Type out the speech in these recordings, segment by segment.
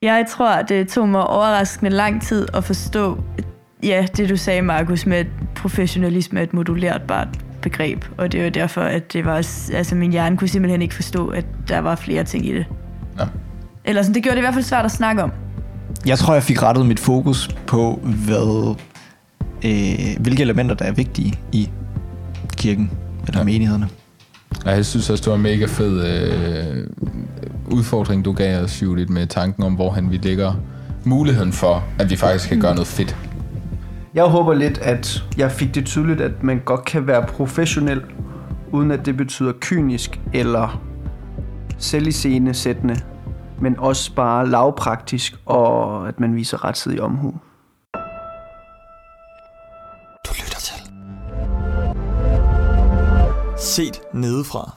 Jeg tror, det tog mig overraskende lang tid at forstå, ja, det du sagde, Markus, med at professionalisme er et modulerbart begreb. Og det er jo derfor, at det var, altså min hjerne kunne simpelthen ikke forstå, at der var flere ting i det. Ja. Eller sådan, det gjorde det i hvert fald svært at snakke om. Jeg tror, jeg fik rettet mit fokus på, hvilke elementer, der er vigtige i kirken eller menighederne. Ja, jeg synes også, det var en mega fed udfordring, du gav os, Judith, med tanken om, hvorhen vi lægger muligheden for, at vi faktisk kan gøre noget fedt. Jeg håber lidt, at jeg fik det tydeligt, at man godt kan være professionel, uden at det betyder kynisk eller selviscenesættende, men også bare lavpraktisk, og at man viser rettidig omhu. Du lytter til Set nedefra.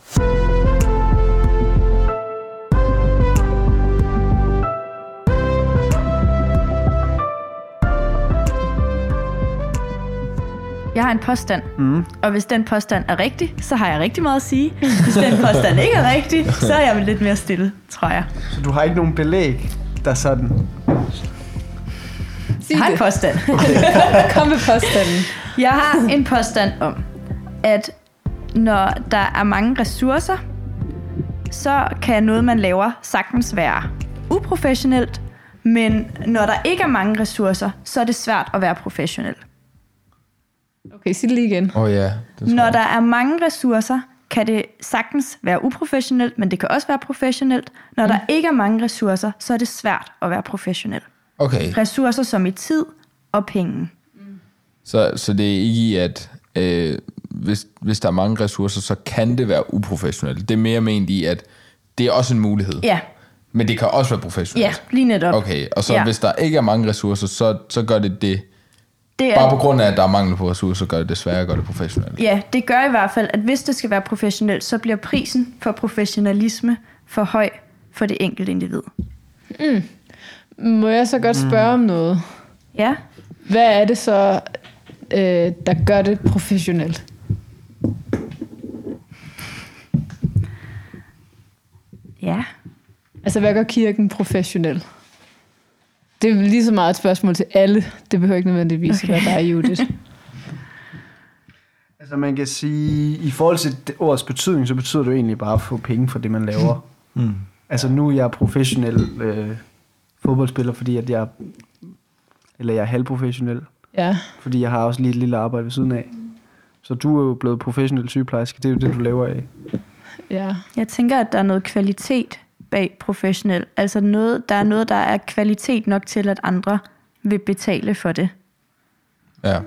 Jeg har en påstand, og hvis den påstand er rigtig, så har jeg rigtig meget at sige. Hvis den påstand ikke er rigtig, så er jeg lidt mere stille, tror jeg. Så du har ikke nogen belæg, der sådan... Jeg har en påstand. Okay. Kom med påstanden. Jeg har en påstand om, at når der er mange ressourcer, så kan noget, man laver, sagtens være uprofessionelt, men når der ikke er mange ressourcer, så er det svært at være professionel. Okay, sig det lige igen. Ja, når der er mange ressourcer, kan det sagtens være uprofessionelt, men det kan også være professionelt. Når der ikke er mange ressourcer, så er det svært at være professionel. Okay. Ressourcer som i tid og penge. Så det er ikke i, at hvis der er mange ressourcer, så kan det være uprofessionelt. Det er mere ment i, at det er også en mulighed. Ja. Men det kan også være professionelt. Ja, lige netop. Okay, og så hvis der ikke er mange ressourcer, så gør det bare på grund af, at der er mangel på ressourcer, så gør det sværere at gøre det professionelt. Ja, det gør i hvert fald, at hvis det skal være professionelt, så bliver prisen for professionalisme for høj for det enkelte individ. Må jeg så godt spørge om noget? Ja. Hvad er det så, der gør det professionelt? Ja. Altså, hvad gør kirken professionel? Det er lige så meget et spørgsmål til alle. Det behøver ikke nødvendigvis at være dig, Judith. Altså man kan sige, i forhold til ordets betydning, så betyder det jo egentlig bare at få penge for det, man laver. Altså nu er jeg professionel fodboldspiller, fordi at jeg er halvprofessionel. Ja. Fordi jeg har også lige et lille arbejde ved siden af. Så du er jo blevet professionel sygeplejerske. Det er jo det, du laver af. Ja. Jeg tænker, at der er noget kvalitet bag professionel. Altså der er noget, der er kvalitet nok til, at andre vil betale for det. Ja.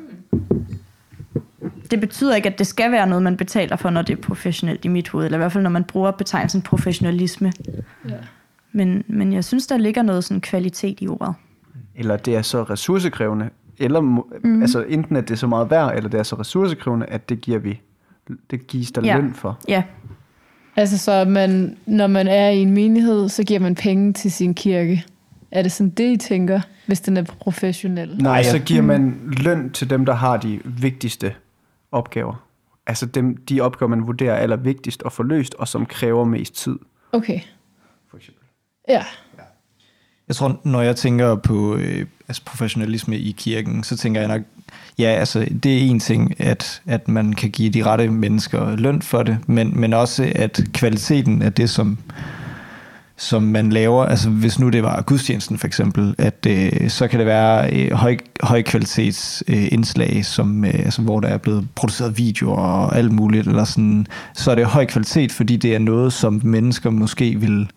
Det betyder ikke, at det skal være noget, man betaler for, når det er professionelt i mit hoved. Eller i hvert fald, når man bruger betegnelsen professionalisme. Ja. Men jeg synes, der ligger noget sådan kvalitet i ordet. Eller det er så ressourcekrævende. Eller altså enten at det er så meget værd, eller det er så ressourcekrævende, at det gives der løn for. Ja. Altså så når man er i en menighed, så giver man penge til sin kirke. Er det sådan det, I tænker, hvis den er professionel? Nej, så giver man løn til dem, der har de vigtigste opgaver. Altså de opgaver, man vurderer er allervigtigst at få løst, og som kræver mest tid. Okay. For eksempel. Ja. Jeg tror, når jeg tænker på professionalisme i kirken, så tænker jeg nok, ja, altså det er en ting, at man kan give de rette mennesker løn for det, men også at kvaliteten af det, som man laver, altså hvis nu det var gudstjenesten for eksempel, at så kan det være højkvalitets indslag, som altså, hvor der er blevet produceret videoer og alt muligt, eller sådan, så er det høj kvalitet, fordi det er noget, som mennesker måske vil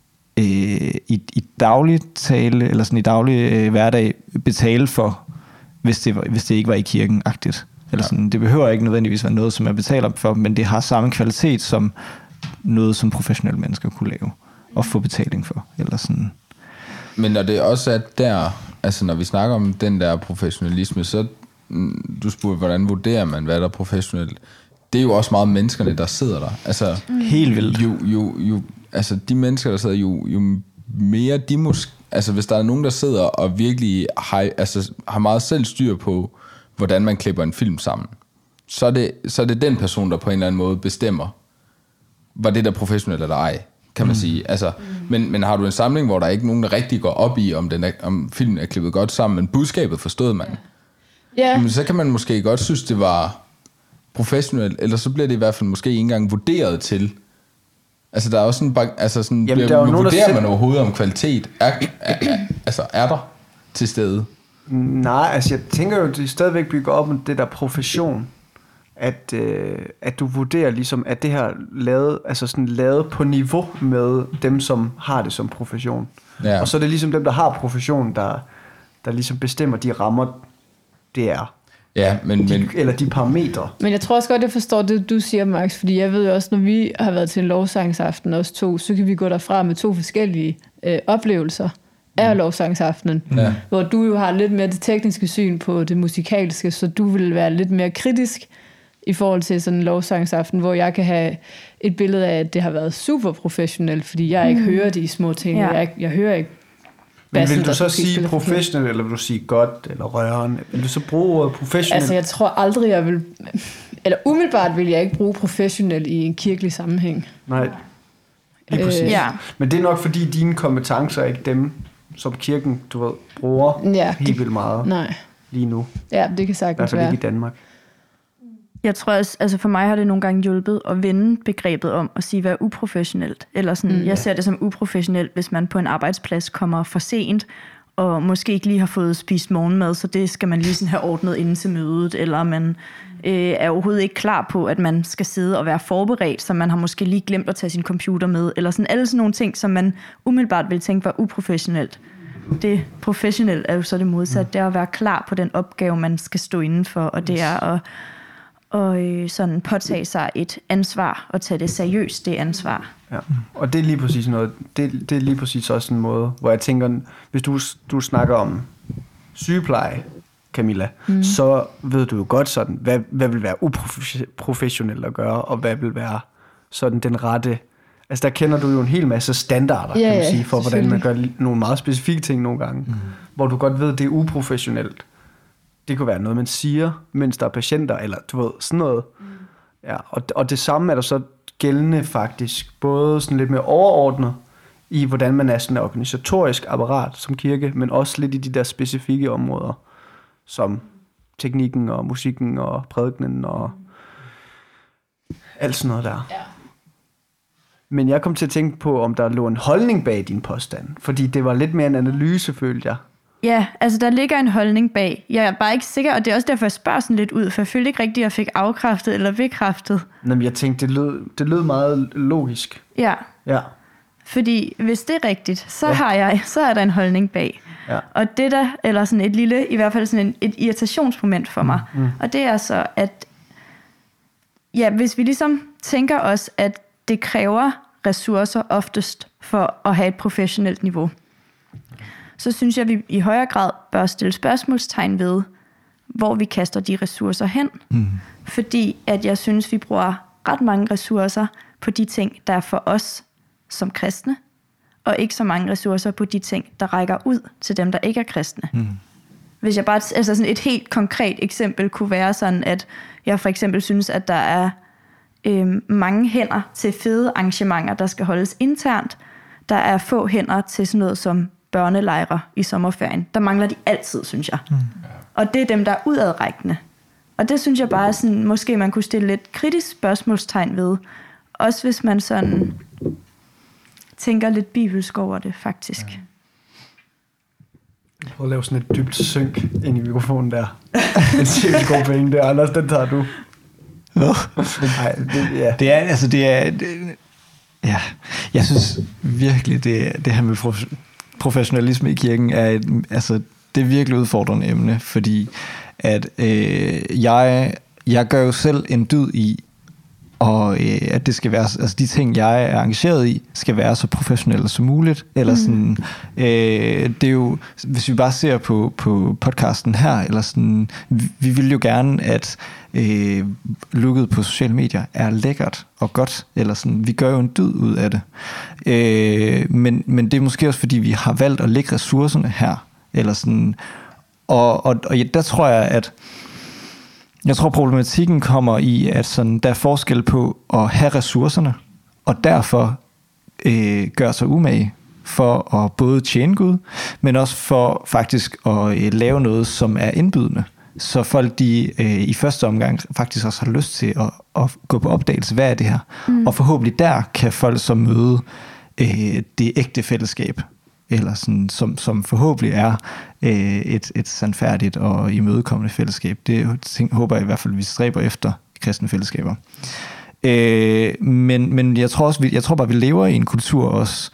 i daglig tale, eller sådan i daglig hverdag betale for, hvis det ikke var i kirken-agtigt. Eller sådan, det behøver ikke nødvendigvis være noget, som jeg betaler for, men det har samme kvalitet som noget, som professionelle mennesker kunne lave og få betaling for. Eller sådan. Men når det også er der, altså når vi snakker om den der professionalisme, så du spurgte, hvordan vurderer man, hvad der er professionelt? Det er jo også meget menneskerne, der sidder der. Altså, helt vildt. Jo, altså de mennesker, der sidder, jo mere de måske, altså hvis der er nogen, der sidder og virkelig har meget selv styr på, hvordan man klipper en film sammen, så er det den person, der på en eller anden måde bestemmer, var det der professionelt eller ej. kan man sige. Altså, men har du en samling, hvor der ikke nogen, der rigtig går op i, om filmen er klippet godt sammen, men budskabet forstod man, men så kan man måske godt synes, det var professionelt, eller så bliver det i hvert fald måske ikke engang vurderet til. Altså, der er også sådan, vurderer man overhovedet om kvalitet? Er der til stede? Nej, altså jeg tænker jo, det stadigvæk bygger op med det der profession, at du vurderer ligesom, at det her lavet på niveau med dem, som har det som profession. Ja. Og så er det ligesom dem, der har profession, der ligesom bestemmer de rammer, det er. Ja, eller de parametre. Men jeg tror også godt, jeg forstår det, du siger, Max, fordi jeg ved jo også, når vi har været til en lovsangsaften, os to, så kan vi gå derfra med 2 forskellige oplevelser af lovsangsaftenen, hvor du jo har lidt mere det tekniske syn på det musikalske, så du vil være lidt mere kritisk i forhold til sådan en lovsangsaften, hvor jeg kan have et billede af, at det har været super professionelt, fordi jeg ikke hører de små ting, jeg hører ikke. Men vil du så sige professionel, eller vil du sige godt, eller rørende? Vil du så bruge ordet professionel? Altså, jeg tror aldrig, jeg vil... Eller umiddelbart vil jeg ikke bruge professionel i en kirkelig sammenhæng. Nej, lige præcis. Men det er nok, fordi dine kompetencer er ikke dem, som kirken, du ved, bruger helt vildt meget lige nu. Ja, det kan sagtens være. I hvert fald ikke i Danmark. Jeg tror også, altså for mig har det nogle gange hjulpet at vende begrebet om at sige, hvad er uprofessionelt. Eller sådan, jeg ser det som uprofessionelt, hvis man på en arbejdsplads kommer for sent, og måske ikke lige har fået spist morgenmad, så det skal man lige sådan have ordnet inden til mødet, eller man er overhovedet ikke klar på, at man skal sidde og være forberedt, så man har måske lige glemt at tage sin computer med, eller sådan alle sådan nogle ting, som man umiddelbart vil tænke var uprofessionelt. Det professionelt er jo så det modsatte, det er at være klar på den opgave, man skal stå indenfor, og det er at sådan påtage sig et ansvar og tage det seriøst, det ansvar. Ja. Og det er lige præcis noget. Det er lige præcis også en måde, hvor jeg tænker, hvis du snakker om sygepleje, Camilla, så ved du jo godt sådan, hvad vil være uprofessionelt at gøre, og hvad vil være sådan den rette. Altså der kender du jo en hel masse standarder, kan man sige, for hvordan man gør nogle meget specifikke ting nogle gange, hvor du godt ved, det er uprofessionelt. Det kunne være noget, man siger, mens der er patienter, eller du ved, sådan noget. Ja, og det samme er der så gældende faktisk, både sådan lidt mere overordnet, i hvordan man er sådan et organisatorisk apparat som kirke, men også lidt i de der specifikke områder, som teknikken og musikken og prædikenen og alt sådan noget der. Ja. Men jeg kom til at tænke på, om der lå en holdning bag din påstand, fordi det var lidt mere en analyse, følte jeg. Ja, altså der ligger en holdning bag. Jeg er bare ikke sikker, og det er også derfor, jeg spørger sådan lidt ud, for jeg følte ikke rigtigt, at jeg fik afkræftet eller bekræftet. Jamen, jeg tænkte, det lød meget logisk. Ja. Fordi hvis det er rigtigt, så er der en holdning bag. Ja. Og det der, eller sådan et lille, i hvert fald sådan et irritationsmoment for mig, og det er så, at hvis vi ligesom tænker os, at det kræver ressourcer oftest for at have et professionelt niveau, så synes jeg, at vi i højere grad bør stille spørgsmålstegn ved, hvor vi kaster de ressourcer hen. Fordi at jeg synes, vi bruger ret mange ressourcer på de ting, der er for os som kristne, og ikke så mange ressourcer på de ting, der rækker ud til dem, der ikke er kristne. Hvis jeg bare, altså sådan et helt konkret eksempel kunne være sådan, at jeg for eksempel synes, at der er mange hænder til fede arrangementer, der skal holdes internt. Der er få hænder til sådan noget som børnelejre i sommerferien. Der mangler de altid, synes jeg. Og det er dem, der er udadrækkende. Og det synes jeg bare sådan, måske man kunne stille lidt kritisk spørgsmålstegn ved. Også hvis man sådan tænker lidt bibelsk over det, faktisk. Prøv at lave sådan et dybt synk ind i mikrofonen der. En cirkelgruppe pointe der. Anders, den tager du. Jeg synes virkelig, det her med professionalisme i kirken er det er virkelig udfordrende emne, fordi at jeg gør jo selv en dyd i, og at det skal være, altså de ting jeg er engageret i skal være så professionelle som muligt, eller sådan det er jo, hvis vi bare ser på podcasten her, eller sådan, vi vil jo gerne at lukket på sociale medier er lækkert og godt, eller sådan, vi gør jo en dyd ud af det, men det er måske også fordi vi har valgt at lægge ressourcerne her, eller sådan, og der tror jeg tror problematikken kommer i, at sådan, der er forskel på at have ressourcerne, og derfor gør sig umage for at både tjene Gud, men også for faktisk at lave noget, som er indbydende. Så folk, de i første omgang faktisk også har lyst til at gå på opdagelse. Hvad er det her? Og forhåbentlig der kan folk så møde det ægte fællesskab, eller sådan, som forhåbentlig er et sandfærdigt og imødekommende fællesskab. Det håber jeg i hvert fald, vi stræber efter kristne fællesskaber. Men jeg tror bare, vi lever i en kultur også,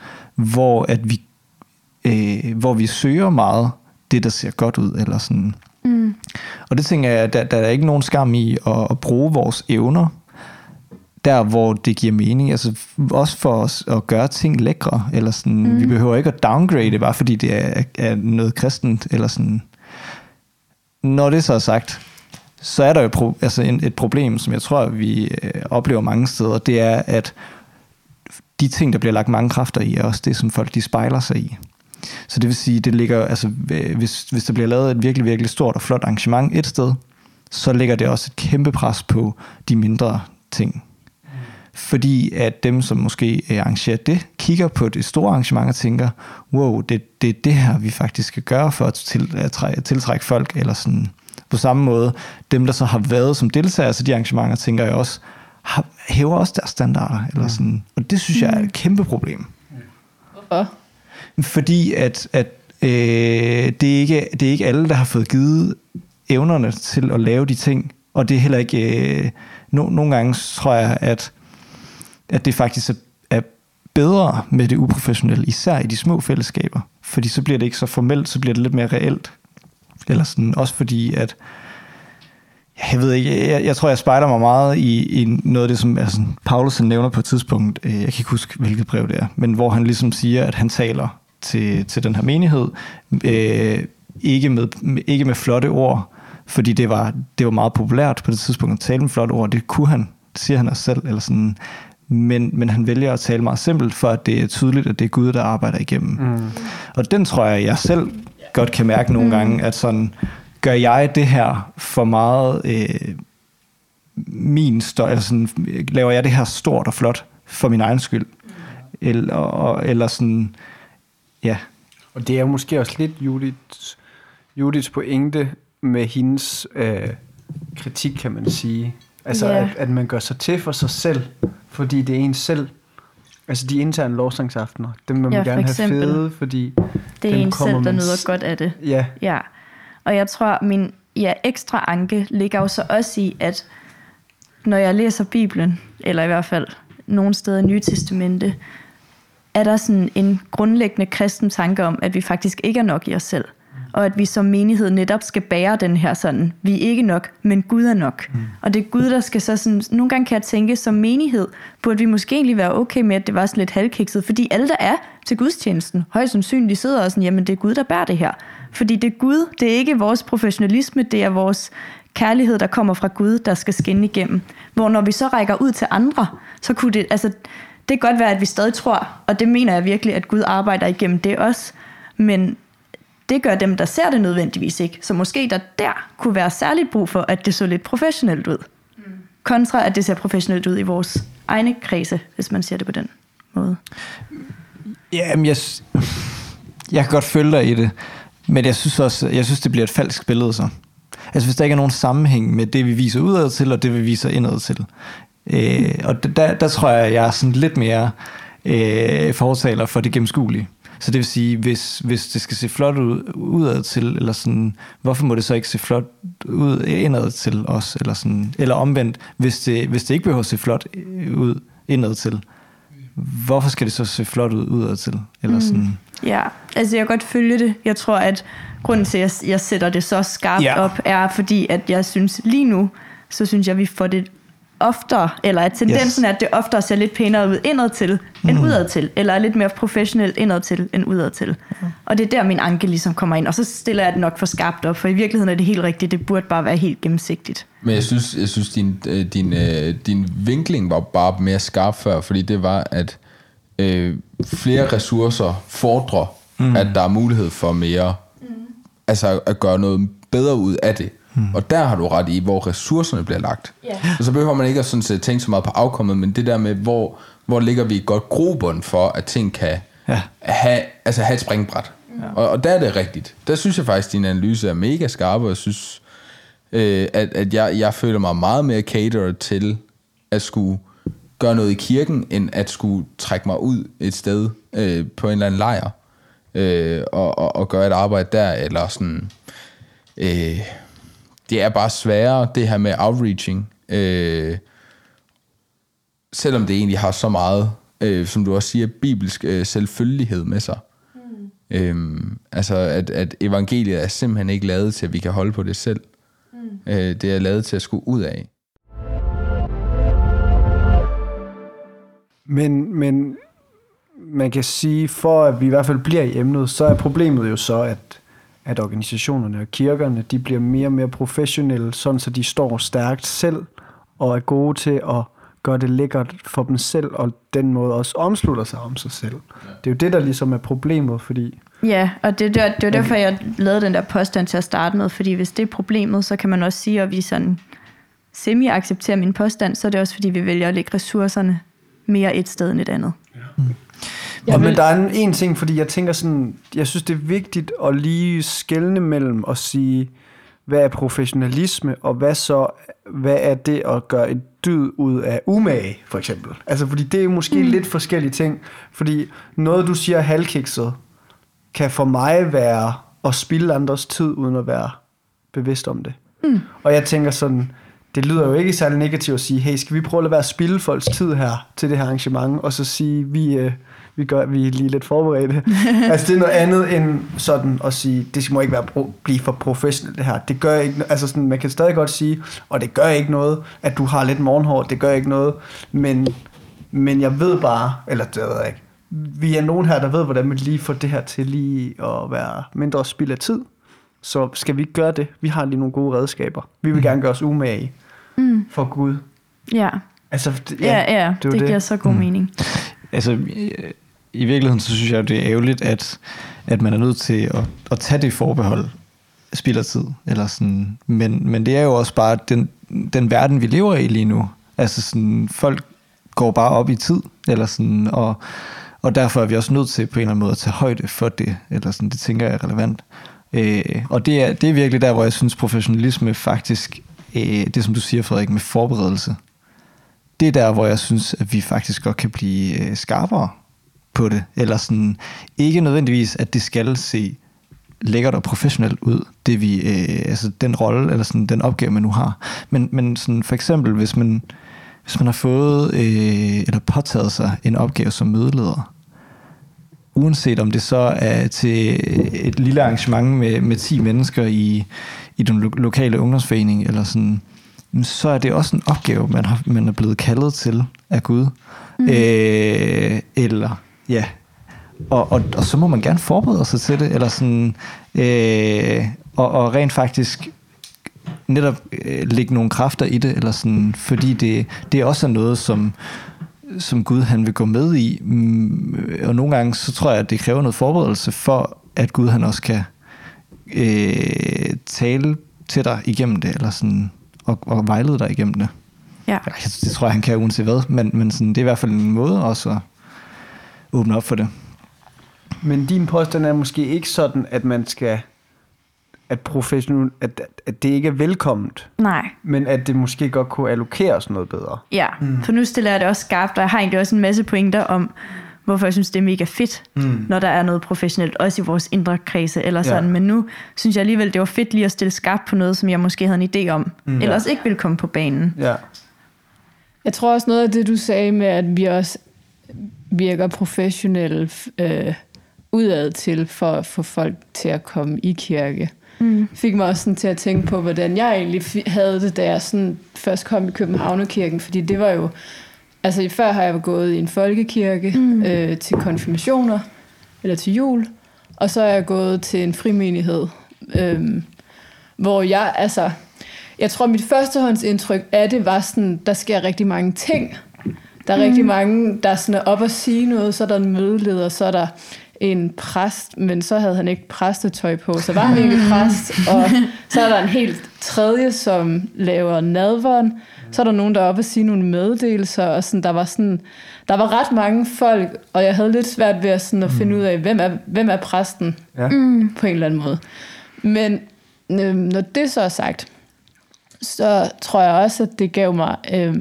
hvor vi søger meget det, der ser godt ud, eller sådan. Og det tænker jeg, der er ikke nogen skam i at bruge vores evner der, hvor det giver mening. Altså også for os at gøre ting lækre, eller sådan. Vi behøver ikke at downgrade det, bare fordi det er noget kristent, eller sådan. Når det så er sagt, så er der jo et problem, som jeg tror, vi oplever mange steder. Det er, at de ting, der bliver lagt mange kræfter i, er også det, som folk de spejler sig i. Så det vil sige, det ligger, altså, hvis der bliver lavet et virkelig, virkelig stort og flot arrangement et sted, så ligger det også et kæmpe pres på de mindre ting. Fordi at dem, som måske arrangerer det, kigger på det store arrangement og tænker, wow, det er det her, vi faktisk skal gøre for at tiltrække folk, eller sådan. På samme måde, dem, der så har været som deltagere til de arrangementer, tænker jeg også, hæver også deres standarder, eller sådan. Og det synes jeg er et kæmpe problem. Hvorfor? Fordi at det er ikke alle, der har fået givet evnerne til at lave de ting, og det er heller ikke nogle gange tror jeg, at det faktisk er bedre med det uprofessionelle, især i de små fællesskaber, fordi så bliver det ikke så formelt, så bliver det lidt mere reelt, eller sådan, også fordi at jeg ved ikke, jeg tror, jeg spejler mig meget i noget af det, som altså, Paulus nævner på et tidspunkt, jeg kan ikke huske, hvilket brev det er, men hvor han ligesom siger, at han taler til den her menighed, ikke med flotte ord, fordi det var meget populært på det tidspunkt at tale med flotte ord, det kunne han, det siger han også selv, eller sådan, men han vælger at tale meget simpelt, for at det er tydeligt, at det er Gud, der arbejder igennem. Og den tror jeg selv godt kan mærke nogle gange, at sådan, gør jeg det her for meget min støj, eller sådan, laver jeg det her stort og flot for min egen skyld? Eller sådan, ja. Og det er måske også lidt Judiths pointe med hendes kritik, kan man sige. Altså, at man gør sig til for sig selv, fordi det er en selv. Altså, de interne lovsangsaftener, dem vil man gerne have fede, fordi det er en selv, der nyder godt af det. Ja. Og jeg tror, min ekstra anke ligger jo så også i, at når jeg læser Bibelen, eller i hvert fald nogle steder i Nye Testamente, er der sådan en grundlæggende kristen tanke om, at vi faktisk ikke er nok i os selv. Og at vi som menighed netop skal bære den her sådan, vi er ikke nok, men Gud er nok. Og det er Gud, der skal så sådan, nogle gange kan jeg tænke, som menighed, burde vi måske egentlig være okay med, at det var sådan lidt halvkikset, fordi alle, der er til gudstjenesten, højst sandsynligt sidder og sådan, jamen det er Gud, der bærer det her. Fordi det er Gud, det er ikke vores professionalisme, det er vores kærlighed, der kommer fra Gud, der skal skinne igennem. Hvor når vi så rækker ud til andre, så kunne det, altså det kan godt være, at vi stadig tror, og det mener jeg virkelig, at Gud arbejder igennem det også, men det gør dem, der ser det nødvendigvis ikke. Så måske der kunne være særligt brug for, at det så lidt professionelt ud. Kontra at det ser professionelt ud i vores egne kredse, hvis man siger det på den måde. Jamen, jeg kan godt følge dig i det, men jeg synes det bliver et falsk billede så. Altså hvis der ikke er nogen sammenhæng med det, vi viser udad til, og det, vi viser indad til. Og der tror jeg er sådan lidt mere fortaler for det gennemskuelige. Så det vil sige, hvis det skal se flot ud udad til, eller sådan, hvorfor må det så ikke se flot ud indad til os, eller sådan, eller omvendt, hvis det ikke behøver at se flot ud indad til, hvorfor skal det så se flot ud udad til, eller sådan? Ja, altså jeg kan godt følge det. Jeg tror, at grunden til, at jeg sætter det så skarpt op, er fordi, at jeg synes lige nu, så synes jeg, vi får det oftere, eller at tendensen er, at det oftere ser lidt pænere ud indad til, end udad til, eller lidt mere professionelt indad til, end udad til. Og det er der, min anke ligesom kommer ind, og så stiller jeg det nok for skarpt op, for i virkeligheden er det helt rigtigt, det burde bare være helt gennemsigtigt. Men jeg synes din vinkling var bare mere skarp før, fordi det var, at flere ressourcer fordrer, at der er mulighed for mere, altså at gøre noget bedre ud af det. Og der har du ret i, hvor ressourcerne bliver lagt. Og så behøver man ikke at sådan set tænke så meget på afkommet, men det der med, hvor ligger vi et godt grobund for, at ting kan have et springbræt. Og der er det rigtigt. Der synes jeg faktisk, at din analyse er mega skarp, og jeg synes, at jeg føler mig meget mere catered til at skulle gøre noget i kirken, end at skulle trække mig ud et sted på en eller anden lejr og gøre et arbejde der, eller sådan. Det er bare sværere, det her med outreaching, selvom det egentlig har så meget, som du også siger, bibelsk selvfølgelighed med sig. Altså at evangeliet er simpelthen ikke lavet til, at vi kan holde på det selv. Det er lavet til at skulle ud af. Men man kan sige, for at vi i hvert fald bliver i emnet, så er problemet jo så, at organisationerne og kirkerne, de bliver mere og mere professionelle, sådan så de står stærkt selv og er gode til at gøre det lækkert for dem selv, og den måde også omslutter sig om sig selv. Ja. Det er jo det, der ligesom er problemet, fordi... Ja, og det er derfor, jeg lavede den der påstand til at starte med, fordi hvis det er problemet, så kan man også sige, at vi sådan semi-accepterer min påstand, så er det også, fordi vi vælger at lægge ressourcerne mere et sted end et andet. Ja. Men der er en ting, fordi jeg tænker sådan, jeg synes, det er vigtigt at lige skelne mellem at sige, hvad er professionalisme, og hvad er det at gøre et dyd ud af umage, for eksempel. Altså, fordi det er måske lidt forskellige ting, fordi noget, du siger halvkikset, kan for mig være at spilde andres tid, uden at være bevidst om det. Og jeg tænker sådan, det lyder jo ikke særlig negativt at sige, hey, skal vi prøve at lade være at spilde folks tid her til det her arrangement, og så sige, vi er lige lidt forberedte. Altså det er noget andet end sådan at sige, det må ikke blive for professionelt det her. Det gør ikke, altså sådan, man kan stadig godt sige, og det gør ikke noget, at du har lidt morgenhår, det gør ikke noget, men jeg ved bare, eller det ved jeg ikke, vi er nogen her, der ved, hvordan man lige får det her til lige at være mindre spild af tid. Så skal vi ikke gøre det? Vi har lige nogle gode redskaber. Vi vil gerne gøre os umage for Gud. Ja. Altså, det giver så god mening. Altså, i virkeligheden, så synes jeg, det er ærgerligt, at man er nødt til at tage det forbehold, spildertid, eller sådan. Men det er jo også bare den verden, vi lever i lige nu. Altså sådan, folk går bare op i tid, eller sådan, og derfor er vi også nødt til på en eller anden måde at tage højde for det, eller sådan, det tænker jeg er relevant. Og det er virkelig der, hvor jeg synes, professionalisme faktisk, det som du siger, Frederik, med forberedelse, det er der, hvor jeg synes, at vi faktisk godt kan blive skarpere på det, eller sådan, ikke nødvendigvis, at det skal se lækkert og professionelt ud, det vi, altså den rolle, eller sådan den opgave, man nu har. Men sådan for eksempel, hvis man har fået, eller påtaget sig en opgave som mødeleder, uanset om det så er til et lille arrangement med 10 mennesker i den lokale ungdomsforening, eller sådan, så er det også en opgave, man er blevet kaldet til af Gud. Eller, ja. Og så må man gerne forberede sig til det, eller sådan, og rent faktisk netop lægge nogle kræfter i det, eller sådan, fordi det også er noget, som Gud han vil gå med i, og nogle gange så tror jeg, at det kræver noget forberedelse for, at Gud han også kan tale til dig igennem det, eller sådan, og vejlede dig igennem det. Ja. Det tror jeg, han kan uanset hvad, men sådan, det er i hvert fald en måde også at åbne op for det. Men din påstand er måske ikke sådan, at man skal, at det ikke er velkomment. Nej. Men at det måske godt kunne allokeres noget bedre. Ja, for nu stiller jeg det også skarpt, og jeg har egentlig også en masse pointer om, hvorfor jeg synes, det er mega fedt, når der er noget professionelt, også i vores indre kredse eller sådan. Men nu synes jeg alligevel, det var fedt lige at stille skarpt på noget, som jeg måske havde en idé om, ellers ikke ville komme på banen. Ja. Jeg tror også noget af det, du sagde med, at vi også virker professionelle udad til for at få folk til at komme i kirke. Fik mig også sådan til at tænke på, hvordan jeg egentlig havde det, da jeg sådan først kom i Københavnerkirken, fordi det var jo, altså før har jeg gået i en folkekirke til konfirmationer, eller til jul, og så er jeg gået til en frimenighed, hvor jeg tror mit førstehåndsindtryk af det var sådan, der sker rigtig mange ting. Der er rigtig mange, der sådan er op at sige noget, så er der en mødeleder, så er der en præst, men så havde han ikke præstetøj på, så var han ikke præst, og så er der en helt tredje, som laver nadveren, så er der nogen, der er oppe og sige nogle meddelelser, og sådan, der var ret mange folk, og jeg havde lidt svært ved at finde ud af, hvem er præsten, på en eller anden måde. Men når det så er sagt, så tror jeg også, at det gav mig,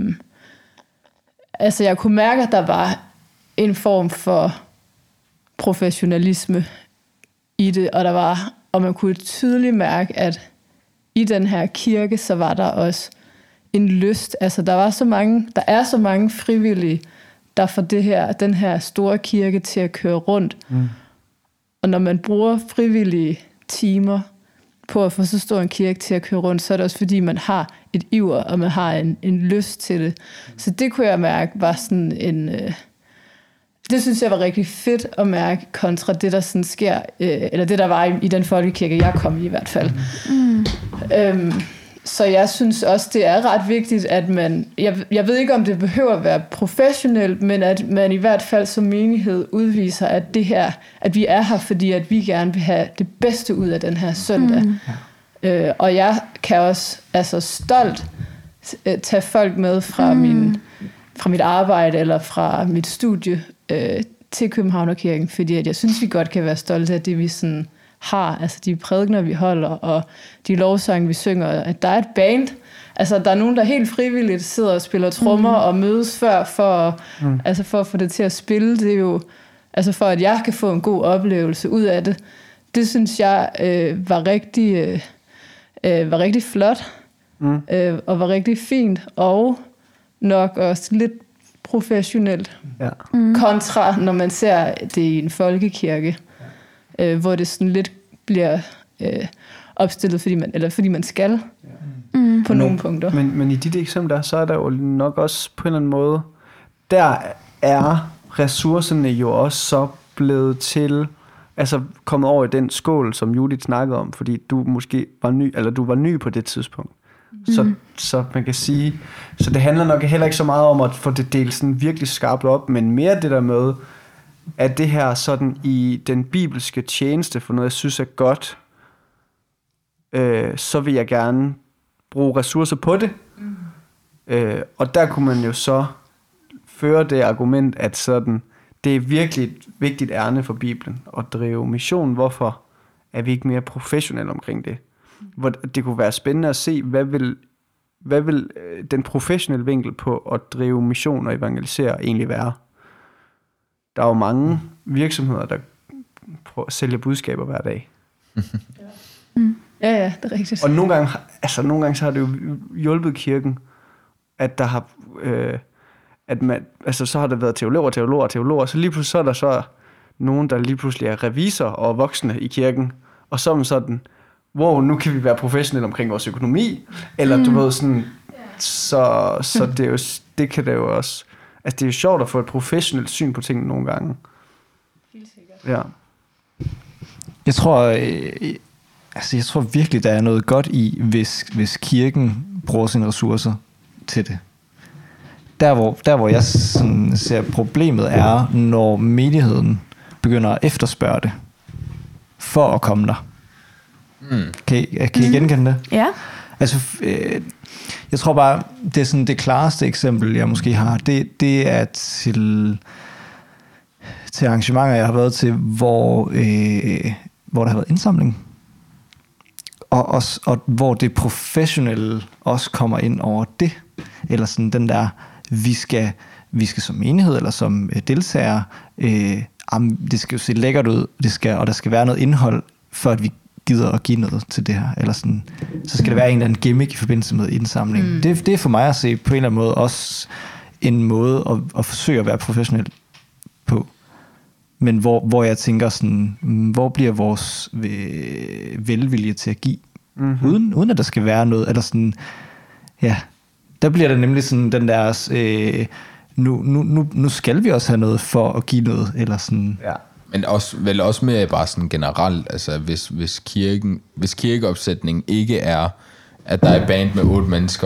altså jeg kunne mærke, at der var en form for professionalisme i det, og man kunne tydeligt mærke, at i den her kirke, så var der også en lyst. Altså der er så mange frivillige, der får den her store kirke til at køre rundt. Og når man bruger frivillige timer på at få så stor en kirke til at køre rundt, så er det også fordi, man har et iver, og man har en lyst til det. Så det kunne jeg mærke var sådan en... Det synes jeg var rigtig fedt at mærke kontra det, der sådan sker, eller det, der var i den folkekirke, jeg kom i hvert fald. Så jeg synes også, det er ret vigtigt, at man... Jeg ved ikke, om det behøver at være professionelt, men at man i hvert fald som menighed udviser, at det her, at vi er her, fordi at vi gerne vil have det bedste ud af den her søndag. Og jeg kan også stolt tage folk med fra mit arbejde eller fra mit studie til Københavnerkirken, fordi at jeg synes, vi godt kan være stolte af det, vi sådan har, altså de prædikener, vi holder, og de lovsange, vi synger, at der er et band. Altså, der er nogen, der helt frivilligt sidder og spiller trommer og mødes før, for at få det til at spille. Det er jo, altså for at jeg kan få en god oplevelse ud af det. Det synes jeg var rigtig flot, og var rigtig fint, og nok også lidt professionelt, kontra når man ser det i en folkekirke, hvor det sådan lidt bliver opstillet, fordi man skal på nogle punkter. Men i dit eksempel der, så er der jo nok også på en eller anden måde, der er ressourcerne jo også så blevet til, altså kommet over i den skål, som Judith snakkede om, fordi du måske var ny, eller du var ny på det tidspunkt. Så man kan sige, så det handler nok heller ikke så meget om at få det delt sådan virkelig skarpt op, men mere det der med, at det her sådan i den bibelske tjeneste for noget, jeg synes er godt, så vil jeg gerne bruge ressourcer på det. Og der kunne man jo så føre det argument, at sådan, det er virkelig et vigtigt ærne for Bibelen at drive mission. Hvorfor er vi ikke mere professionelle omkring det? Hvor det kunne være spændende at se, hvad vil den professionelle vinkel på at drive mission og evangelisere egentlig være? Der er jo mange virksomheder, der sælger budskaber hver dag. Ja, det er rigtigt. Og nogle gange så har det jo hjulpet kirken, at der har, så har der været teologer, så lige pludselig så er der så nogen, der lige pludselig er revisor og voksne i kirken, og så er sådan, wow, nu kan vi være professionelle omkring vores økonomi, eller du ved sådan, så det er jo, det kan det jo også, altså det er jo sjovt at få et professionelt syn på tingene nogle gange. Helt sikkert. Ja. Jeg tror virkelig, der er noget godt i, hvis kirken bruger sine ressourcer til det. Der hvor jeg sådan ser problemet er, når menigheden begynder at efterspørge det, for at komme der. Kan I genkende det? Ja. Altså, jeg tror bare, det er sådan det klareste eksempel, jeg måske har, det er til arrangementer, jeg har været til, hvor der har været indsamling. Og hvor det professionelle også kommer ind over det. Eller sådan den der, vi skal som menighed, eller som deltagere, det skal jo se lækkert ud, og der skal være noget indhold, for at vi gider at give noget til det her. Eller sådan, så skal der være en eller anden gimmick i forbindelse med indsamling. Det er for mig at se på en eller anden måde også en måde at forsøge at være professionel på. Men hvor jeg tænker sådan, hvor bliver vores velvilje til at give? Uden at der skal være noget, eller sådan, ja, der bliver der nemlig sådan den der, nu skal vi også have noget for at give noget, eller sådan. Ja. Men vel også mere bare sådan generelt, altså hvis kirkeopsætningen ikke er, at der er band med 8 mennesker,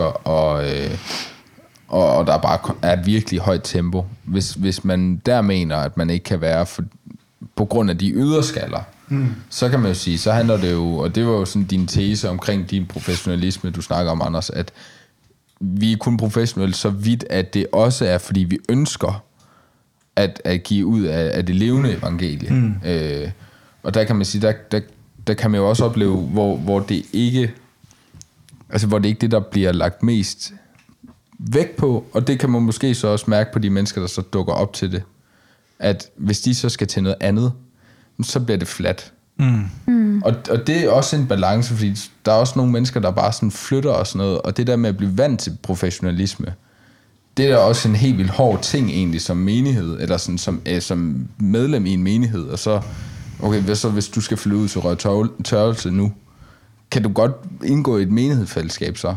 og der bare er et virkelig højt tempo. Hvis man der mener, at man ikke kan være på grund af de yderskaller, så kan man jo sige, så handler det jo, og det var jo sådan din tese omkring din professionalisme, du snakker om, Anders, at vi er kun professionelle så vidt, at det også er, fordi vi ønsker at give ud af det levende evangelie. Og der kan man sige, der kan man jo også opleve, hvor det ikke, altså hvor det ikke det, der bliver lagt mest vægt på, og det kan man måske så også mærke på de mennesker, der så dukker op til det, at hvis de så skal til noget andet, så bliver det fladt. Og det er også en balance, fordi der er også nogle mennesker, der bare sådan flytter og sådan noget, og det der med at blive vant til professionalisme, det er da også en helt vildt hård ting egentlig som menighed, eller sådan som medlem i en menighed, og så, okay, så hvis du skal flytte ud til Røde Tørrelse nu, kan du godt indgå i et menighedsfællesskab så.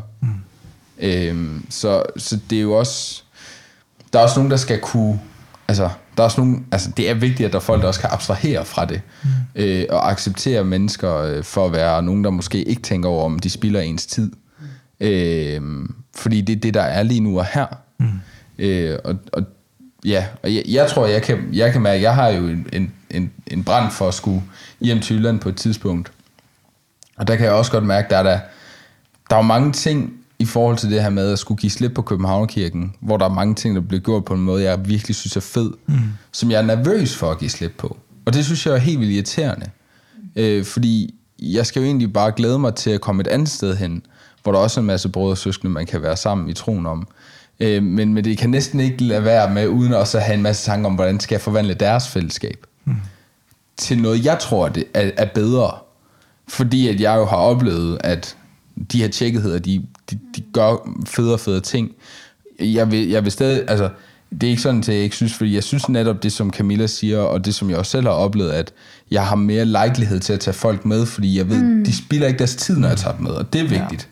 Så det er jo også, der er også nogen, der skal kunne, altså der er også nogen, altså det er vigtigt, at der er folk, der også kan abstrahere fra det, og acceptere mennesker for at være nogen, der måske ikke tænker over, om de spilder ens tid. Fordi det er det, der er lige nu og her. Og jeg tror, jeg kan mærke, jeg har jo en brand for at skulle hjem til Jylland på et tidspunkt. Og der kan jeg også godt mærke, der er mange ting i forhold til det her med at skulle give slip på Københavnerkirken, hvor der er mange ting, der bliver gjort på en måde, jeg virkelig synes er fed, som jeg er nervøs for at give slip på. Og det synes jeg er helt vildt irriterende. Fordi jeg skal jo egentlig bare glæde mig til at komme et andet sted hen, hvor der også er en masse brødre og søskende, man kan være sammen i troen om. Men det kan næsten ikke lade være med, uden også at have en masse tanker om, hvordan skal jeg forvandle deres fællesskab til noget, jeg tror det er bedre. Fordi at jeg jo har oplevet, at de her tjekketheder, de gør fede ting. Jeg vil stadig, altså, det er ikke sådan, at jeg ikke synes, fordi jeg synes netop det, som Camilla siger, og det, som jeg også selv har oplevet, at jeg har mere lejlighed til at tage folk med, fordi jeg ved, de spilder ikke deres tid, når jeg tager dem med, og det er vigtigt.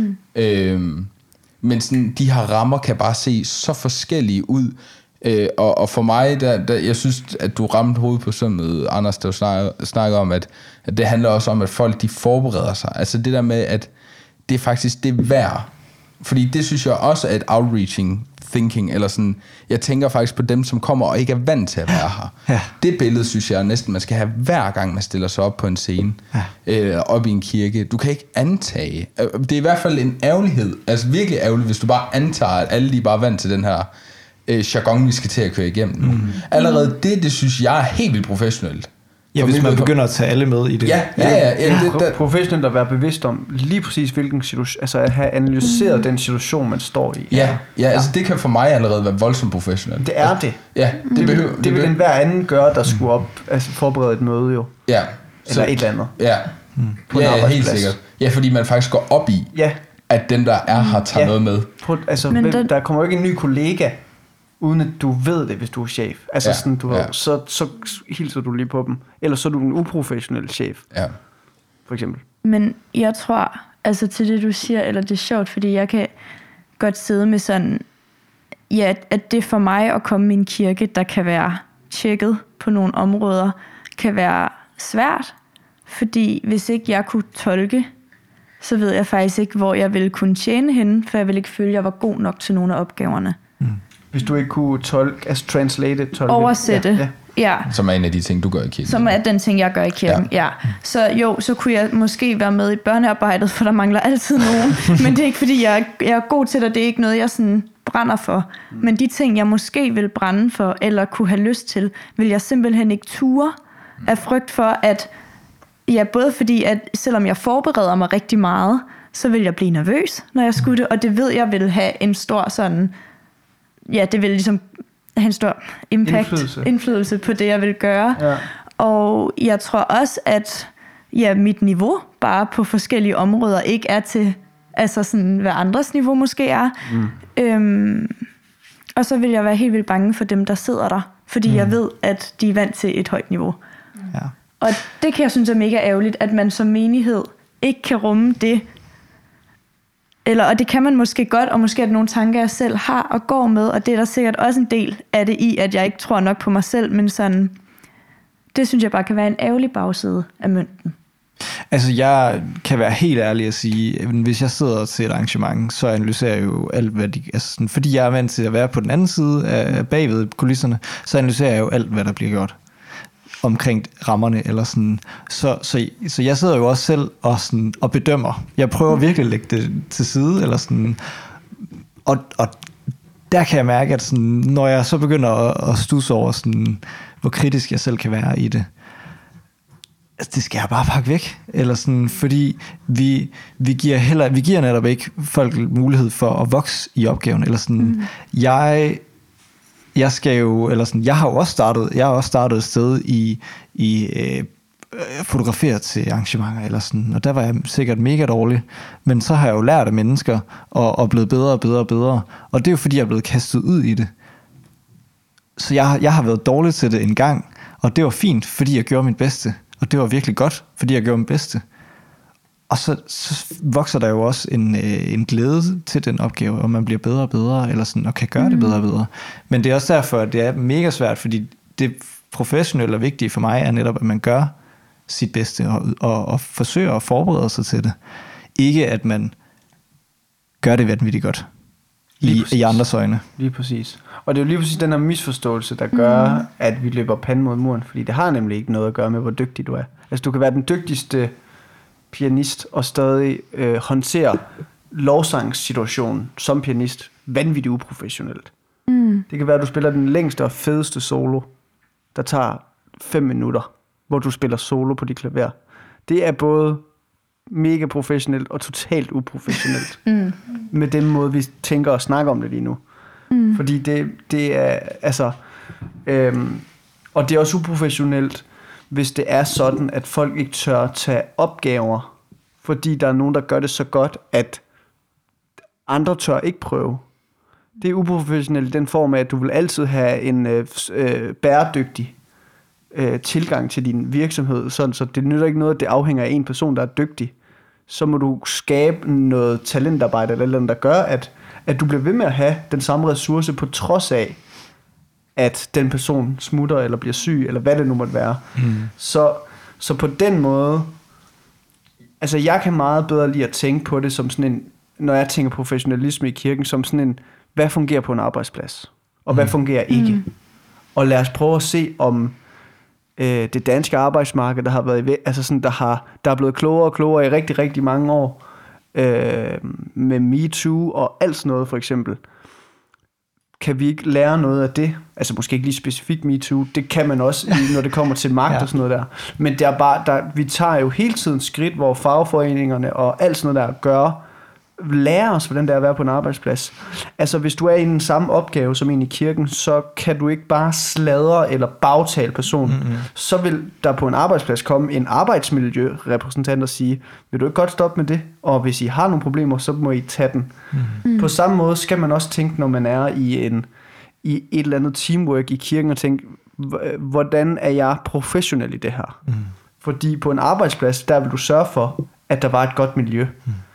Men sådan, de her rammer kan bare se så forskellige ud, og for mig, jeg synes, at du ramte hovedet på sådan noget, Anders, der snakker om, at det handler også om, at folk, de forbereder sig. Altså det der med, at det er faktisk det værd. Fordi det synes jeg også er et outreaching thinking, eller sådan, jeg tænker faktisk på dem, som kommer og ikke er vant til at være her. Ja. Det billede, synes jeg næsten, man skal have hver gang, man stiller sig op på en scene, op i en kirke. Du kan ikke antage. Det er i hvert fald en ærgerlighed, altså virkelig ærgerligt, hvis du bare antager, at alle de bare er vant til den her jargon, vi skal til at køre igennem nu. Allerede det synes jeg er helt vildt professionelt. Ja, hvis man begynder at tage alle med i det. Ja. Professionelt at være bevidst om lige præcis hvilken situation, altså at have analyseret den situation, man står i. Ja, altså det kan for mig allerede være voldsomt professionelt. Det er det. Ja, det vil enhver anden gøre, der skulle op, altså forberede et møde jo. Ja. Eller et eller andet. Ja. På en arbejdsplads. Helt sikkert. Ja, fordi man faktisk går op i, at dem, der er her, tager noget med. Der kommer jo ikke en ny kollega, uden at du ved det, hvis du er chef. Altså sådan, så hilser du lige på dem. Eller så er du en uprofessionel chef. Ja. For eksempel. Men jeg tror, altså til det du siger, eller det er sjovt, fordi jeg kan godt sidde med sådan, ja, at det for mig at komme i en kirke, der kan være tjekket på nogle områder, kan være svært. Fordi hvis ikke jeg kunne tolke, så ved jeg faktisk ikke, hvor jeg ville kunne tjene henne, for jeg ville ikke føle, at jeg var god nok til nogle af opgaverne. Hvis du ikke kunne tolke, altså tolke. Oversætte, ja. Som er en af de ting, du gør i kirken. Som er den ting, jeg gør i kirken, ja. Så jo, så kunne jeg måske være med i børnearbejdet, for der mangler altid nogen. Men det er ikke, fordi jeg er god til det, det er ikke noget, jeg sådan brænder for. Men de ting, jeg måske vil brænde for, eller kunne have lyst til, vil jeg simpelthen ikke ture af frygt for, at ja, både fordi, at selvom jeg forbereder mig rigtig meget, så vil jeg blive nervøs, når jeg skulle det, og det ved jeg vil have en stor sådan, ja, det vil ligesom have en stor indflydelse på det, jeg vil gøre. Ja. Og jeg tror også, at mit niveau bare på forskellige områder ikke er til, altså sådan, hvad andres niveau måske er. Og så vil jeg være helt vildt bange for dem, der sidder der, fordi jeg ved, at de er vant til et højt niveau. Ja. Og det kan jeg synes er mega ærgerligt, at man som menighed ikke kan rumme det. Og det kan man måske godt, og måske er det nogle tanker, jeg selv har og går med, og det er der sikkert også en del af det i, at jeg ikke tror nok på mig selv, men sådan, det synes jeg bare kan være en ærgerlig bagside af mønten. Altså jeg kan være helt ærlig at sige, hvis jeg sidder til et arrangement, så analyserer jeg jo alt, hvad altså sådan, fordi jeg er vant til at være på den anden side af bagved kulisserne, så analyserer jeg jo alt, hvad der bliver gjort. omkring rammerne, eller sådan. Så jeg sidder jo også selv og bedømmer. Jeg prøver virkelig at lægge det til side, eller sådan. Og der kan jeg mærke, at sådan, når jeg så begynder at studse over, sådan, hvor kritisk jeg selv kan være i det, altså, det skal jeg bare pakke væk. Eller sådan, fordi vi giver netop ikke folk mulighed for at vokse i opgaven. Eller sådan, jeg skal jo, eller sådan, jeg har også startet et sted i fotografere til arrangementer, eller sådan, og der var jeg sikkert mega dårlig, men så har jeg jo lært af mennesker, og blevet bedre og bedre og bedre, og det er jo fordi, jeg er blevet kastet ud i det. Så jeg har været dårlig til det en gang, og det var fint, fordi jeg gjorde mit bedste, og det var virkelig godt, fordi jeg gjorde mit bedste. Og så vokser der jo også en glæde til den opgave, og man bliver bedre og bedre, eller sådan, og kan gøre det bedre og bedre. Men det er også derfor, at det er mega svært, fordi det professionelle og vigtige for mig er netop, at man gør sit bedste, og forsøger at forberede sig til det. Ikke at man gør det vanvittigt godt i andres øjne. Lige præcis. Og det er jo lige præcis den her misforståelse, der gør, at vi løber panden mod muren, fordi det har nemlig ikke noget at gøre med, hvor dygtig du er. Altså du kan være den dygtigste pianist og stadig håndtere lovsangssituationen som pianist vanvittigt uprofessionelt. Det kan være, at du spiller den længste og fedeste solo, der tager 5 minutter, hvor du spiller solo på dit klaver. Det er både mega professionelt og totalt uprofessionelt med den måde, vi tænker og snakker om det lige nu. Fordi det er altså og det er også uprofessionelt, hvis det er sådan, at folk ikke tør tage opgaver, fordi der er nogen, der gør det så godt, at andre tør ikke prøve. Det er uprofessionelt i den form af, at du vil altid have en bæredygtig tilgang til din virksomhed, sådan, så det nytter ikke noget, at det afhænger af en person, der er dygtig. Så må du skabe noget talentarbejde, eller noget, der gør, at du bliver ved med at have den samme ressource, på trods af, at den person smutter, eller bliver syg, eller hvad det nu måtte være. Så på den måde, altså jeg kan meget bedre lide at tænke på det som sådan en, når jeg tænker professionalisme i kirken, som sådan en, hvad fungerer på en arbejdsplads, og hvad fungerer ikke. Og lad os prøve at se, om det danske arbejdsmarked, der har været altså sådan, der er blevet klogere og klogere i rigtig, rigtig mange år, med MeToo og alt sådan noget for eksempel. Kan vi ikke lære noget af det? Altså måske ikke lige specifikt MeToo, det kan man også, når det kommer til magt og sådan noget der. Men det er bare, vi tager jo hele tiden skridt, hvor fagforeningerne og alt sådan noget der lærer os, hvordan det er at være på en arbejdsplads. Altså hvis du er i den samme opgave som en i kirken, så kan du ikke bare sladre eller bagtale personen. Så vil der på en arbejdsplads komme en arbejdsmiljørepræsentant og sige, vil du ikke godt stoppe med det? Og hvis I har nogle problemer, så må I tage den. På samme måde skal man også tænke, når man er i et eller andet teamwork i kirken, og tænke, hvordan er jeg professionel i det her? Fordi på en arbejdsplads, der vil du sørge for, at der var et godt miljø.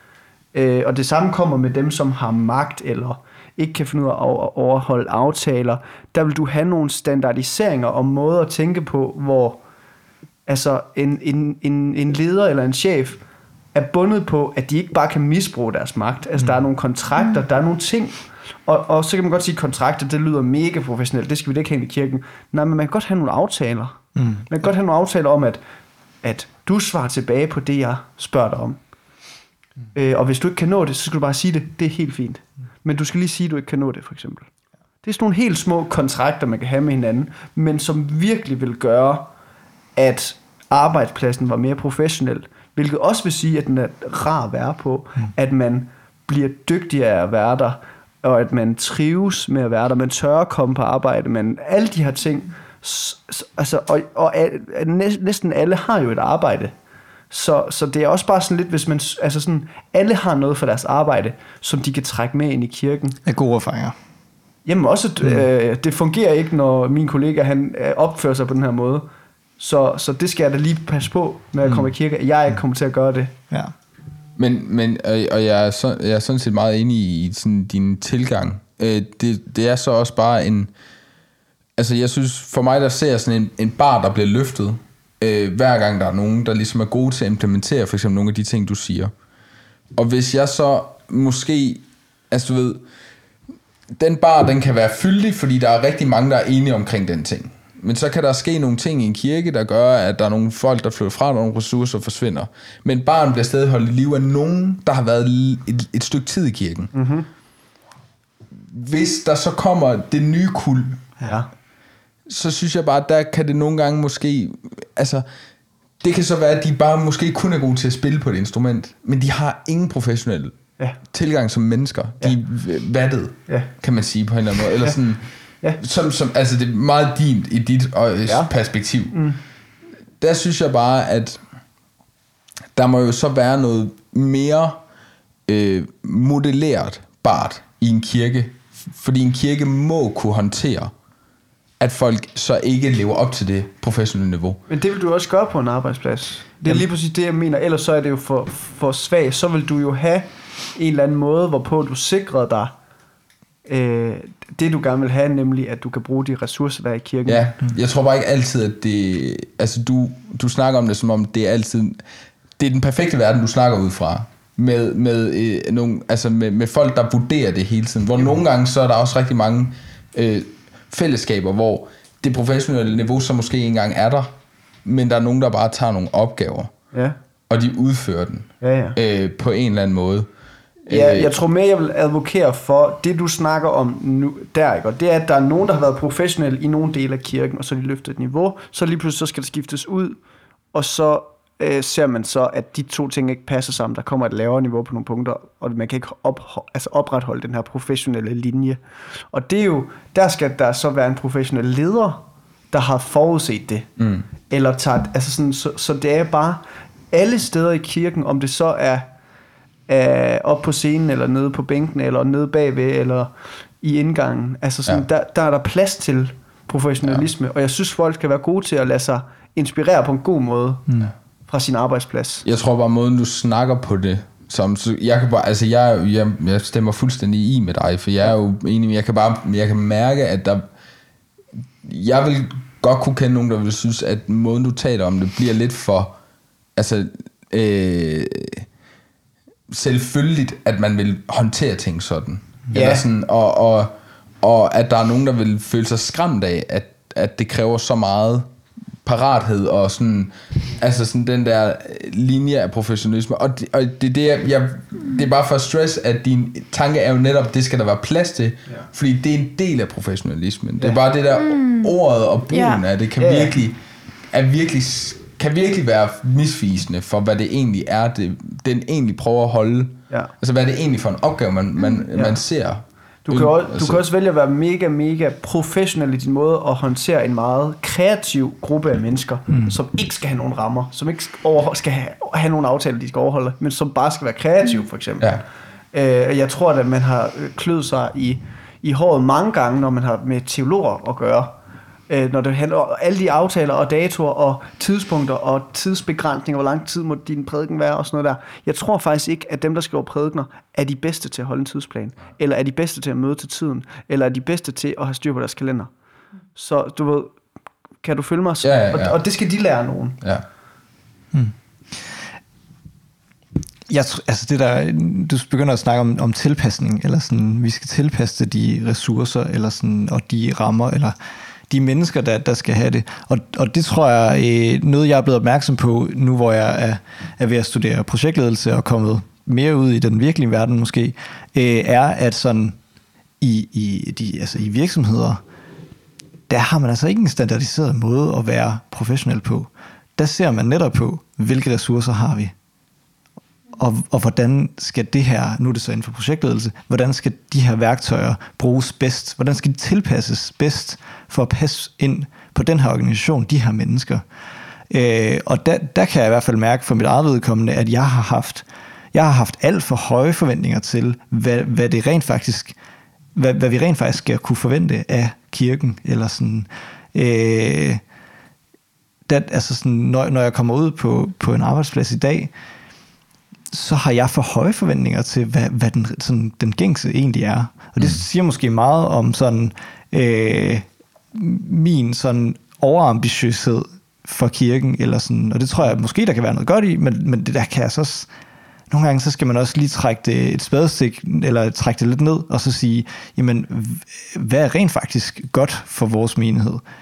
Og det samme kommer med dem, som har magt eller ikke kan finde ud af at overholde aftaler. Der vil du have nogle standardiseringer og måder at tænke på, hvor altså en leder eller en chef er bundet på, at de ikke bare kan misbruge deres magt. Altså der er nogle kontrakter, der er nogle ting. Og så kan man godt sige, at kontrakter, det lyder mega professionelt. Det skal vi ikke have i kirken. Nej, men man kan godt have nogle aftaler. Man kan godt have nogle aftaler om, at du svarer tilbage på det, jeg spørger dig om. Og hvis du ikke kan nå det, så skal du bare sige det. Det er helt fint. Men du skal lige sige, at du ikke kan nå det, for eksempel. Det er sådan nogle helt små kontrakter, man kan have med hinanden, men som virkelig vil gøre, at arbejdspladsen var mere professionel. Hvilket også vil sige, at den er rar at være på. At man bliver dygtigere af at være der, og at man trives med at være der. Man tør at komme på arbejde. Men alle de her ting, altså, og næsten alle har jo et arbejde. Så det er også bare sådan lidt, hvis man, altså sådan, alle har noget for deres arbejde, som de kan trække med ind i kirken. Af gode erfaringer. Jamen også, det fungerer ikke, når min kollega, han opfører sig på den her måde. Så det skal jeg da lige passe på, når jeg kommer i kirke, at jeg ikke kommer til at gøre det. Ja. Men jeg er sådan set meget enig i sådan din tilgang. Det er så også bare en, altså jeg synes, for mig der ser jeg sådan en bar, der bliver løftet, hver gang der er nogen, der ligesom er gode til at implementere for eksempel nogle af de ting, du siger. Og hvis jeg så måske, altså du ved, den bar, den kan være fyldig, fordi der er rigtig mange, der er enige omkring den ting. Men så kan der ske nogle ting i en kirke, der gør, at der er nogle folk, der flytter fra, nogle ressourcer forsvinder. Men barn bliver stadig holdt i live af nogen, der har været et stykke tid i kirken. Mm-hmm. Hvis der så kommer det nye kuld, så synes jeg bare, at der kan det nogle gange måske... Altså, det kan så være, at de bare måske kun er gode til at spille på et instrument, men de har ingen professionel tilgang som mennesker. De er vattet, kan man sige på en eller anden måde. Eller sådan... Ja. Som, altså det er meget dint i dit perspektiv. Der synes jeg bare, at der må jo så være noget mere modelleret bart i en kirke, fordi en kirke må kunne håndtere, at folk så ikke lever op til det professionelle niveau. Men det vil du også gøre på en arbejdsplads. Det er lige præcis det, jeg mener. Ellers så er det jo for svagt. Så vil du jo have en eller anden måde, hvorpå du sikrede dig det du gerne vil have, nemlig at du kan bruge de ressourcer, der er i kirken. Ja, jeg tror bare ikke altid, at det... Altså, du snakker om det, som om det er altid... Det er den perfekte verden, du snakker ud fra. Med folk, der vurderer det hele tiden. Hvor nogle gange, så er der også rigtig mange fællesskaber, hvor det professionelle niveau, så måske ikke engang er der, men der er nogen, der bare tager nogle opgaver, og de udfører den på en eller anden måde. Ja, jeg tror mere, jeg vil advokere for det, du snakker om nu, der, ikke? Og det er, at der er nogen, der har været professionelle i nogle dele af kirken, og så de løftet et niveau, så lige pludselig så skal det skiftes ud, og så ser man så, at de to ting ikke passer sammen. Der kommer et lavere niveau på nogle punkter, og man kan ikke opretholde den her professionelle linje. Og det er jo, der skal der så være en professionel leder, der har forudset det. Eller tager, altså sådan, så det er bare alle steder i kirken, om det så er op på scenen, eller nede på bænken, eller nede bagved, eller i indgangen. Altså sådan, der er der plads til professionalisme, og jeg synes, folk skal være gode til at lade sig inspirere på en god måde fra sin arbejdsplads. Jeg tror bare, måden du snakker på det, som, så jeg kan bare, altså jeg stemmer fuldstændig i med dig, for jeg er jo enig, jeg kan mærke, at der, jeg vil godt kunne kende nogen, der vil synes, at måden du taler om det, bliver lidt for, altså, selvfølgeligt, at man vil håndtere ting sådan. Eller sådan, og at der er nogen, der vil føle sig skræmt af, at det kræver så meget parathed og sådan, altså sådan den der linje af professionalisme. Og det er bare for at stress, at din tanke er jo netop, det skal der være plads til, fordi det er en del af professionalismen. Det er bare det der ordet og brugen af det kan virkelig være misvisende for, hvad det egentlig er, den egentlig prøver at holde. Altså, hvad det egentlig for en opgave, man ser. Du kan også vælge at være mega, mega professionel i din måde at håndtere en meget kreativ gruppe af mennesker, som ikke skal have nogen rammer, som ikke skal have nogen aftaler, de skal overholde, men som bare skal være kreativ, for eksempel. Jeg tror, at man har kløet sig i håret mange gange, når man har med teologer at gøre. Når det handler om alle de aftaler og datoer og tidspunkter og tidsbegrænsninger, hvor lang tid må din prædiken være og sådan noget der. Jeg tror faktisk ikke, at dem, der skriver prædikener, er de bedste til at holde en tidsplan, eller er de bedste til at møde til tiden, eller er de bedste til at have styr på deres kalender. Så du ved, kan du følge mig? Og det skal de lære nogen. Altså det der, du begynder at snakke om tilpasning, eller sådan, vi skal tilpasse de ressourcer, eller sådan, og de rammer, eller de mennesker, der skal have det. Og det tror jeg, noget jeg er blevet opmærksom på, nu hvor jeg er ved at studere projektledelse og kommet mere ud i den virkelige verden måske, er, at sådan i virksomheder, der har man altså ikke en standardiseret måde at være professionel på. Der ser man netop på, hvilke ressourcer har vi. Og hvordan skal det her, nu er det så inden for projektledelse, hvordan skal de her værktøjer bruges bedst? Hvordan skal de tilpasses bedst for at passe ind på den her organisation, de her mennesker? Og der kan jeg i hvert fald mærke for mit eget vedkommende, at jeg har haft alt for høje forventninger til, hvad vi rent faktisk skal kunne forvente af kirken. Eller sådan, altså sådan, når jeg kommer ud på en arbejdsplads i dag, så har jeg for høje forventninger til, hvad den gængse egentlig er. Og det siger måske meget om sådan, min sådan overambitiøshed for kirken, eller sådan, og det tror jeg måske, der kan være noget godt i, men det der kan jeg så nogle gange, så skal man også lige trække det et spadestik, eller trække det lidt ned, og så sige, jamen, hvad er rent faktisk godt for vores menighed?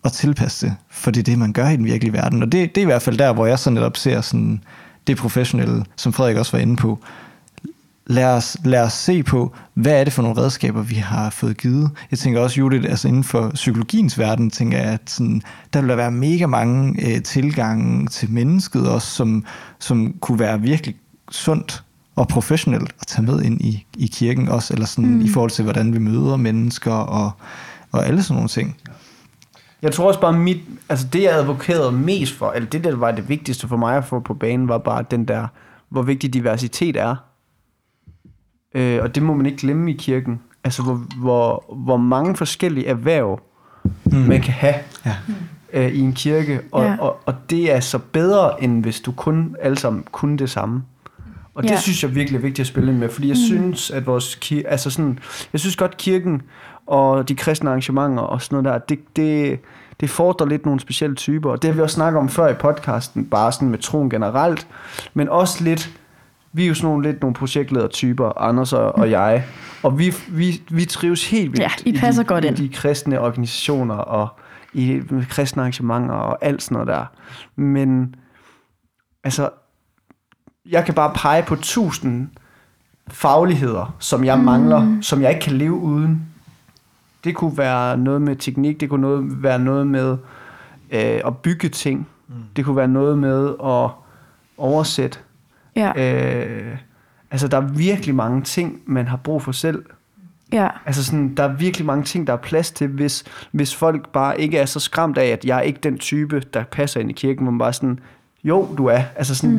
at tilpasse det, for det er det, man gør i den virkelige verden. Og det er i hvert fald der, hvor jeg så netop ser sådan det professionelle, som Frederik også var inde på. Lad os se på, hvad er det for nogle redskaber, vi har fået givet. Jeg tænker også, Judith, altså inden for psykologiens verden, tænker jeg, at sådan, der vil der være mega mange tilgange til mennesket også, som kunne være virkelig sundt og professionelt at tage med ind i kirken også, eller sådan i forhold til, hvordan vi møder mennesker og alle sådan nogle ting. Jeg tror også bare, det jeg advokerede mest for, eller det der var det vigtigste for mig at få på banen, var bare den der, hvor vigtig diversitet er. Og det må man ikke glemme i kirken. Altså, hvor mange forskellige erhverv man kan have i en kirke. Og det er så bedre, end hvis du kun alle sammen kunne det samme. Og det synes jeg virkelig er vigtigt at spille ind med, fordi jeg synes, at jeg synes godt, kirken og de kristne arrangementer og sådan noget der, det fordrer lidt nogle specielle typer. Og det har vi også snakket om før i podcasten, bare sådan med troen generelt, men også lidt. Vi er jo sådan nogle projektledertyper, Anders og jeg, og vi trives helt vildt i de kristne organisationer og i kristne arrangementer og alt sådan noget der. Men altså, jeg kan bare pege på 1000 fagligheder, som jeg mangler, som jeg ikke kan leve uden. Det kunne være noget med teknik, det kunne være noget med at bygge ting, det kunne være noget med at oversætte. Ja. Altså der er virkelig mange ting man har brug for selv. Ja. Altså sådan, der er virkelig mange ting der er plads til, hvis folk bare ikke er så skræmt af, at jeg er ikke den type der passer ind i kirken, hvor man bare sådan, jo du er. Altså sådan,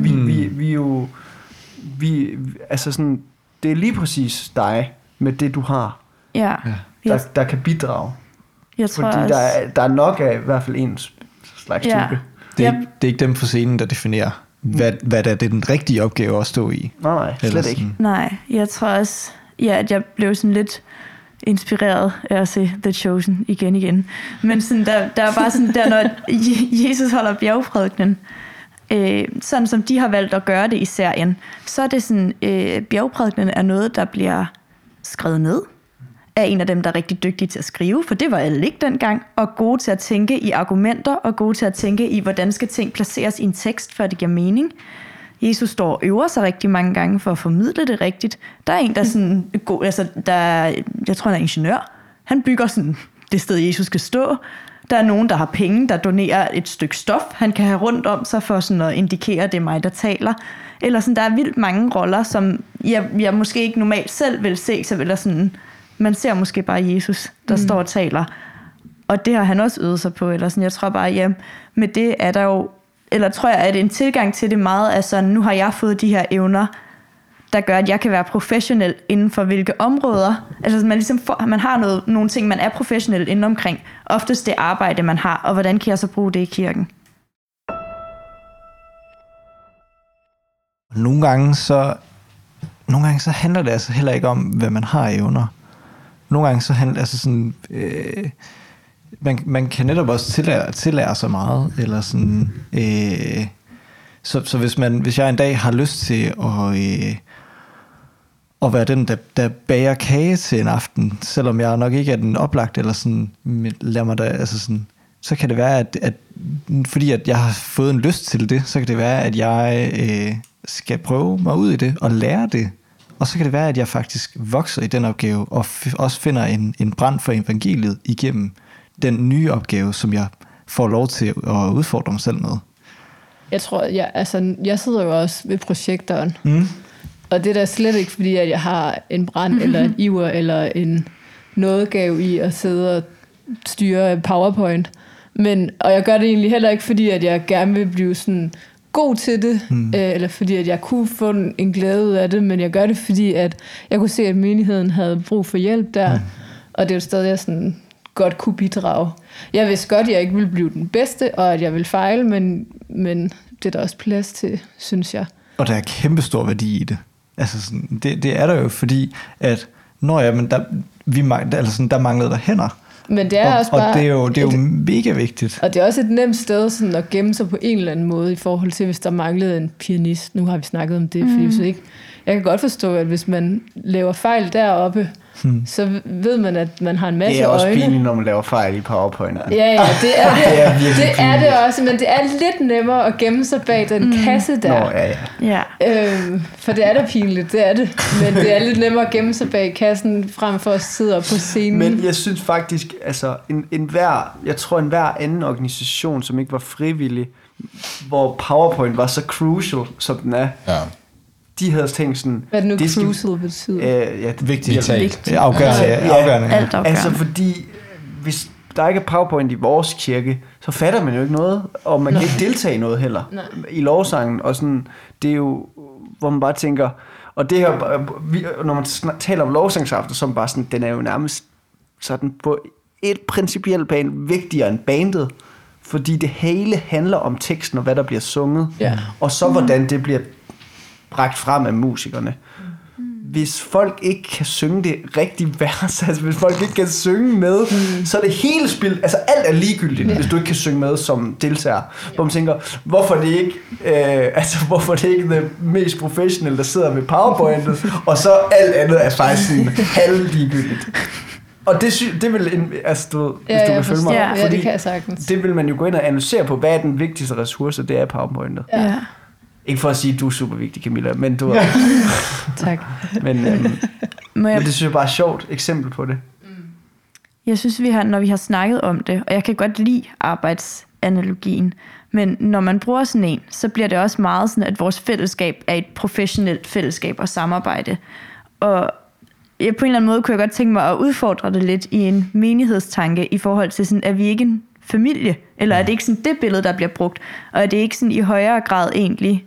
vi altså sådan, det er lige præcis dig med det du har. Ja. Der kan bidrage. Jeg tror fordi også der er nok af i hvert fald en slags type. Det er ikke dem på scenen der definerer hvad der er den rigtige opgave at stå i. Nej, slet ikke. Nej, jeg tror også, at jeg blev sådan lidt inspireret af at se The Chosen igen. Men sådan, der er bare sådan, der når Jesus holder bjergprædikenen, sådan som de har valgt at gøre det i serien, så er det sådan, bjergprædikenen er noget, der bliver skrevet ned af en af dem, der er rigtig dygtige til at skrive, for det var alle ikke dengang, og gode til at tænke i argumenter, og gode til at tænke i, hvordan skal ting placeres i en tekst, for det giver mening. Jesus står og øver sig rigtig mange gange for at formidle det rigtigt. Der er en, der er sådan god, altså jeg tror, han er ingeniør. Han bygger sådan det sted, Jesus skal stå. Der er nogen, der har penge, der donerer et stykke stof, han kan have rundt om sig for sådan at indikere, at det er mig, der taler. Eller sådan, der er vildt mange roller, som jeg måske ikke normalt selv vil se, så eller sådan. Man ser måske bare Jesus, der står og taler. Og det har han også øvet sig på. Eller sådan. Jeg tror bare, med det er der jo, eller tror jeg, at en tilgang til det meget er sådan, nu har jeg fået de her evner, der gør, at jeg kan være professionel inden for hvilke områder. Altså man, ligesom man har nogle ting, man er professionel inden omkring. Oftest det arbejde, man har, og hvordan kan jeg så bruge det i kirken? Nogle gange så handler det altså heller ikke om, hvad man har evner. Nogle gange så handler altså sådan, man kan netop også tillære sig meget, eller sådan, så hvis jeg en dag har lyst til at være den, der bager kage til en aften, selvom jeg nok ikke er den oplagt, eller sådan, lad mig da, altså sådan, så kan det være, at fordi at jeg har fået en lyst til det, så kan det være, at jeg skal prøve mig ud i det, og lære det. Og så kan det være, at jeg faktisk vokser i den opgave, og også finder en brand for evangeliet igennem den nye opgave, som jeg får lov til at udfordre mig selv med. Jeg tror, jeg sidder jo også ved projektoren, og det er da slet ikke fordi, at jeg har en brand, eller en iver, eller en nådegave i at sidde og styre PowerPoint. Og jeg gør det egentlig heller ikke, fordi at jeg gerne vil blive sådan god til det, eller fordi at jeg kunne få en glæde ud af det, men jeg gør det, fordi at jeg kunne se, at menigheden havde brug for hjælp der, og det er jo stadig, jeg sådan godt kunne bidrage. Jeg vidste godt, at jeg ikke ville blive den bedste, og at jeg ville fejle, men det er der også plads til, synes jeg. Og der er kæmpestor værdi i det. Altså sådan, det er der jo, fordi at der manglede der hænder. Men det er også bare... Og det er jo mega vigtigt. Og det er også et nemt sted sådan at gemme sig på en eller anden måde, i forhold til, hvis der manglede en pianist. Nu har vi snakket om det, fordi så ikke... Jeg kan godt forstå, at hvis man laver fejl deroppe, så ved man, at man har en masse øjne. Det er også pinligt, når man laver fejl i PowerPoint. Ja, det er det. det er det også, men det er lidt nemmere at gemme sig bag den kasse der. Nå, ja. For det er da pinligt, det er det. Men det er lidt nemmere at gemme sig bag kassen, frem for at sidde på scenen. Men jeg synes faktisk, altså jeg tror enhver anden organisation, som ikke var frivillig, hvor PowerPoint var så crucial, som den er, de havde tænkt sådan... Hvad det nu crucial betyder? Vigtigt. Afgørende. Alt afgørende. Altså fordi, hvis der ikke er PowerPoint i vores kirke, så fatter man jo ikke noget, og man kan ikke deltage i noget heller. I lovsangen, og sådan, det er jo, hvor man bare tænker... Og det her, når man taler om lovsangsaften, så er bare sådan, den er jo nærmest sådan på et principielt plan vigtigere end bandet, fordi det hele handler om teksten og hvad der bliver sunget, og så hvordan det bliver bragt frem af musikerne. Hvis folk ikke kan synge det rigtige vers, altså hvis folk ikke kan synge med, så er det hele spil, altså alt er ligegyldigt, hvis du ikke kan synge med som deltager. Hvor man tænker, hvorfor er det ikke det mest professionelle, der sidder med PowerPointet, og så alt andet er faktisk sådan halv ligegyldigt. Og det vil, altså du kan følge mig, fordi det kan jeg sagtens. Det vil man jo gå ind og analysere på, hvad er den vigtigste ressource, det er PowerPointet. Ja. Ikke for at sige, at du er super vigtig, Camilla, men du er... Tak. Men det synes jeg bare er et sjovt eksempel på det. Jeg synes, når vi har snakket om det, og jeg kan godt lide arbejdsanalogien, men når man bruger sådan en, så bliver det også meget sådan, at vores fællesskab er et professionelt fællesskab og samarbejde. Og på en eller anden måde kunne jeg godt tænke mig at udfordre det lidt i en menighedstanke i forhold til sådan, at vi ikke en familie, eller er det ikke sådan det billede, der bliver brugt, og er det ikke sådan i højere grad egentlig,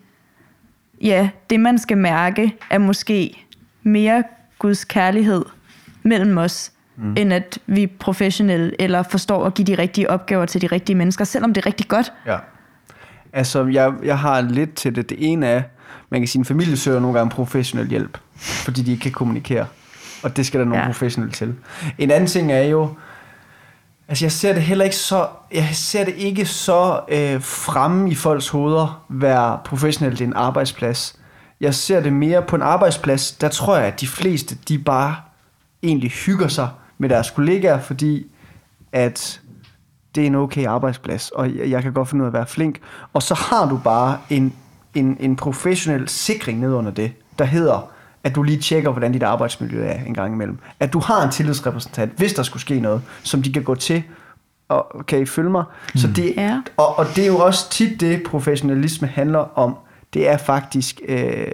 det man skal mærke er måske mere Guds kærlighed mellem os, end at vi er professionelle, eller forstår at give de rigtige opgaver til de rigtige mennesker, selvom det er rigtig godt. Ja. Altså, jeg har lidt til det. Det ene er, man kan sige, en familie søger nogle gange professionel hjælp, fordi de ikke kan kommunikere, og det skal der nogle professionelle til. En anden ting er jo, altså jeg ser det ikke så fremme i folks hoveder, være professionelt i en arbejdsplads. Jeg ser det mere på en arbejdsplads, der tror jeg, at de fleste, de bare egentlig hygger sig med deres kollegaer, fordi at det er en okay arbejdsplads, og jeg kan godt finde ud af at være flink. Og så har du bare en professionel sikring ned under det, der hedder, at du lige tjekker, hvordan dit arbejdsmiljø er en gang imellem. At du har en tillidsrepræsentant, hvis der skulle ske noget, som de kan gå til, og kan I følge mig? Så det, og det er jo også tit det, professionalisme handler om. Det er faktisk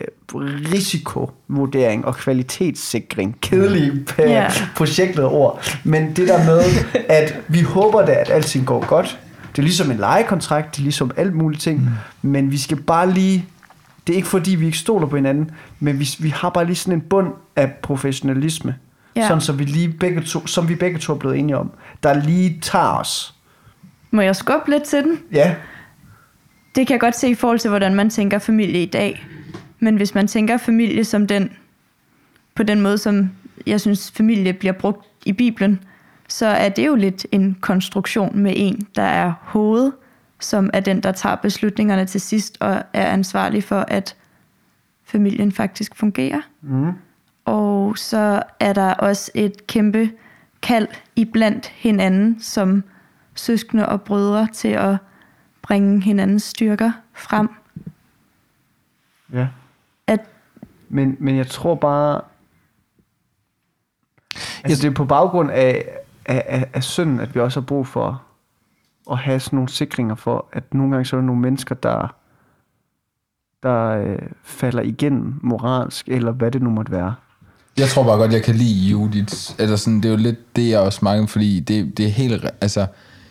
risikovurdering og kvalitetssikring. Kedelige projektet ord. Men det der med, at vi håber da, at alting går godt. Det er ligesom en lejekontrakt, det er ligesom alt muligt ting. Men vi skal bare lige... Det er ikke fordi, vi ikke stoler på hinanden, men vi har bare lige sådan en bund af professionalisme. Sådan, så vi begge to er blevet enige om. Der lige tager os. Må jeg skubbe lidt til den? Ja. Det kan jeg godt se i forhold til, hvordan man tænker familie i dag. Men hvis man tænker familie som på den måde, som jeg synes, familie bliver brugt i Bibelen, så er det jo lidt en konstruktion med en, der er hoved, som er den, der tager beslutningerne til sidst, og er ansvarlig for, at familien faktisk fungerer. Og så er der også et kæmpe kald iblandt hinanden, som søskende og brødre, til at bringe hinandens styrker frem. Ja. Men jeg tror bare, altså det er på baggrund af synden, at vi også har brug for at have sådan nogle sikringer for, at nogle gange så er der nogle mennesker, der falder igennem moralsk, eller hvad det nu måtte være. Jeg tror bare godt, jeg kan lide Judith. Eller sådan, det er jo lidt det, jeg også mange, fordi det er helt... Altså,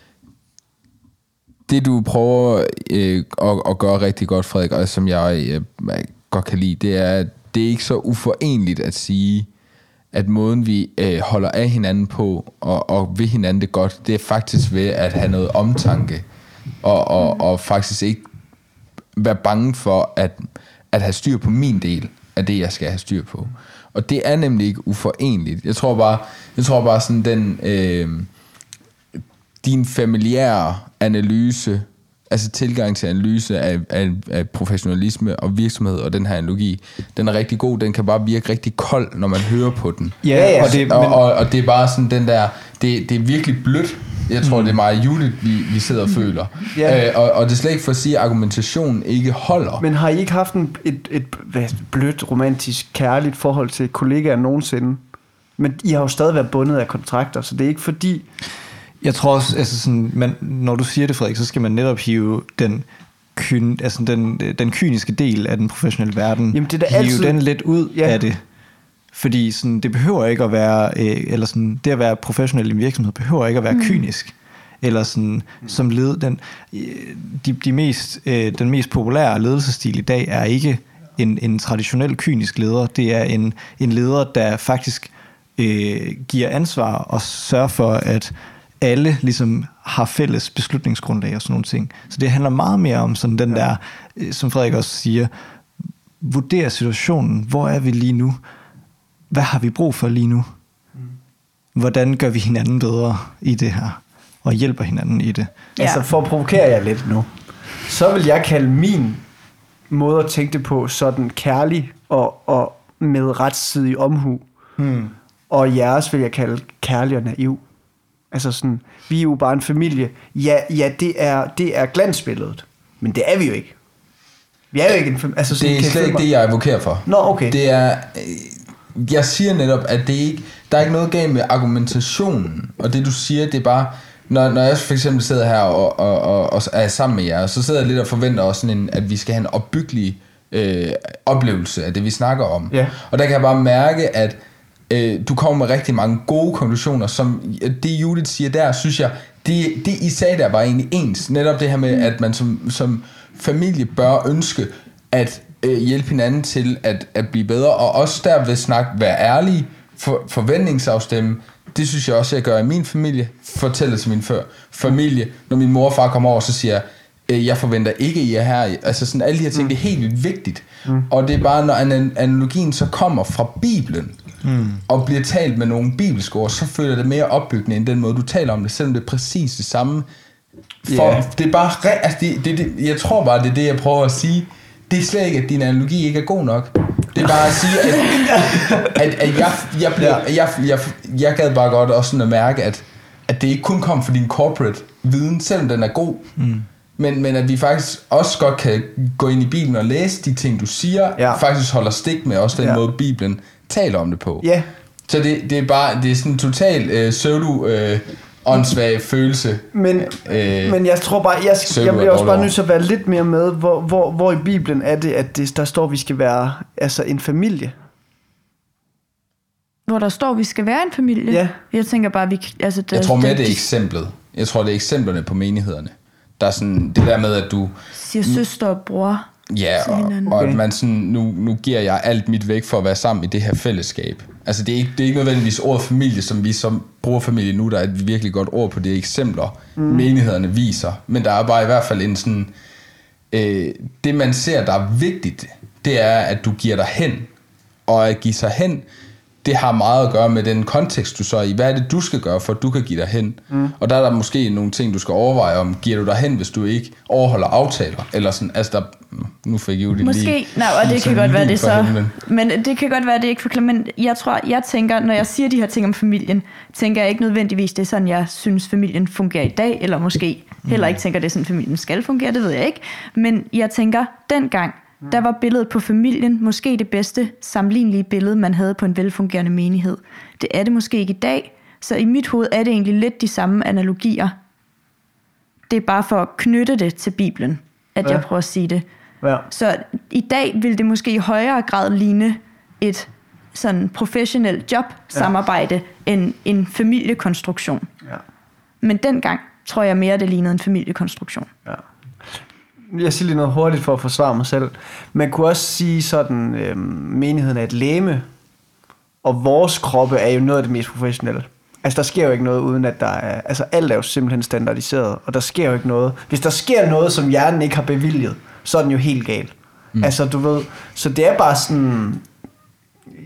det du prøver at gøre rigtig godt, Frederik, og som jeg godt kan lide, det er, at det er ikke så uforenligt at sige, at måden vi holder af hinanden på, og ved hinanden det godt, det er faktisk ved at have noget omtanke, og faktisk ikke være bange for at have styr på min del af det, jeg skal have styr på. Og det er nemlig ikke uforenligt. Jeg tror bare sådan din familiære analyse altså tilgang til analyse af professionalisme og virksomhed og den her analogi, den er rigtig god. Den kan bare virke rigtig kold, når man hører på den. Ja, og det er bare sådan den der, det er virkelig blødt. Jeg tror, det er meget juligt, vi sidder og føler. Og det er slet ikke for at sige, at argumentationen ikke holder. Men har I ikke haft et blødt, romantisk, kærligt forhold til kollegaer nogensinde? Men I har jo stadig været bundet af kontrakter, så det er ikke fordi... Jeg tror også, altså sådan, når du siger det, Frederik, så skal man netop hive den kyniske del af den professionelle verden. Jamen, det er hive den lidt ud af det. Fordi sådan, det behøver ikke at være, eller sådan, det at være professionel i en virksomhed behøver ikke at være kynisk. Eller sådan, som led, den mest populære ledelsesstil i dag er ikke en traditionel kynisk leder. Det er en leder, der faktisk giver ansvar og sørger for, at alle ligesom har fælles beslutningsgrundlag og sådan nogle ting. Så det handler meget mere om sådan den der, som Frederik også siger, vurdere situationen. Hvor er vi lige nu? Hvad har vi brug for lige nu? Hvordan gør vi hinanden bedre i det her? Og hjælper hinanden i det? Ja. Altså for at provokere jer lidt nu, så vil jeg kalde min måde at tænke det på sådan kærlig og med rettidig omhu. Og jeres vil jeg kalde kærlig og naiv. Altså sådan, vi er jo bare en familie. Ja, det er glansbilledet. Men det er vi jo ikke. Vi er jo ikke en familie. Altså det er slet ikke det, jeg advokerer for. Nå, okay. Det er... Jeg siger netop, at det ikke, der er ikke noget galt med argumentationen. Og det du siger, det er bare... Når jeg for eksempel sidder her og er sammen med jer, så sidder jeg lidt og forventer også sådan at vi skal have en opbyggelig oplevelse af det, vi snakker om. Ja. Og der kan jeg bare mærke, at du kommer med rigtig mange gode konklusioner, som det Judith siger der, synes jeg, det I sagde der var egentlig ens. Netop det her med, at man som familie bør ønske at hjælpe hinanden til at blive bedre, og også derved være ærlige, forventningsafstemme. Det synes jeg også, jeg gør i min familie. Fortæller til min familie, når min mor og far kommer over, så siger jeg forventer ikke, I er her. Altså sådan alle de her ting, det er helt vildt vigtigt. Og det er bare, når analogien så kommer fra Bibelen, og bliver talt med nogle bibelske ord, så føler det mere opbyggende end den måde, du taler om det, selvom det er præcis det samme. Det er bare, altså jeg tror bare, det er det, jeg prøver at sige. Det er slet ikke, at din analogi ikke er god nok. Det er bare at sige, at jeg gad bare godt også sådan at mærke, at det ikke kun kom fra din corporate viden, selvom den er god, men at vi faktisk også godt kan gå ind i Bibelen og læse de ting, du siger, faktisk holder stik med også den måde, Bibelen taler om det på. Så det er bare, det er sådan en total åndssvag følelse. Men jeg tror bare, jeg bliver også bare nødt til at være lidt mere med, hvor i Bibelen er det, at der står, at vi skal være altså en familie. Hvor der står, at vi skal være en familie? Ja. Jeg tænker bare, jeg tror mere, det er eksemplet. Jeg tror, det er eksemplerne på menighederne. Der er sådan det der med, at du... Siger søster og bror. Ja, og at man sådan, nu giver jeg alt mit væk for at være sammen i det her fællesskab. Altså det er ikke nødvendigvis ordet familie, som vi som bruger familie nu, der er et virkelig godt ord på det eksempler, menighederne viser. Men der er bare i hvert fald en sådan, det man ser, der er vigtigt, det er, at du giver dig hen. Og at give sig hen, det har meget at gøre med den kontekst, du så er i. Hvad er det, du skal gøre, for at du kan give dig hen? Og der er der måske nogle ting, du skal overveje om. Giver du dig hen, hvis du ikke overholder aftaler? Eller sådan, altså der... Nu fik jeg jo det måske, lige... nej, og det kan godt være det så... Men det kan godt være, det ikke forklarer. Men jeg tænker, når jeg siger de her ting om familien, tænker jeg ikke nødvendigvis, det er sådan, jeg synes, familien fungerer i dag, eller måske heller ikke tænker, det er sådan, familien skal fungere, det ved jeg ikke. Men jeg tænker, dengang, der var billedet på familien måske det bedste sammenlignelige billede, man havde på en velfungerende menighed. Det er det måske ikke i dag, så i mit hoved er det egentlig lidt de samme analogier. Det er bare for at knytte det til Bibelen, at jeg prøver at sige det. Ja. Så i dag vil det måske i højere grad ligne et sådan professionelt jobsamarbejde end en familiekonstruktion. Ja. Men dengang tror jeg mere, det lignede en familiekonstruktion. Ja. Jeg siger lige noget hurtigt for at forsvare mig selv. Man kunne også sige sådan, menigheden er et legeme, og vores kroppe er jo noget af det mest professionelle. Altså der sker jo ikke noget uden at der er, altså alt er jo simpelthen standardiseret, og der sker jo ikke noget. Hvis der sker noget, som hjernen ikke har bevilget, så er den jo helt gal. Altså du ved, så det er bare sådan,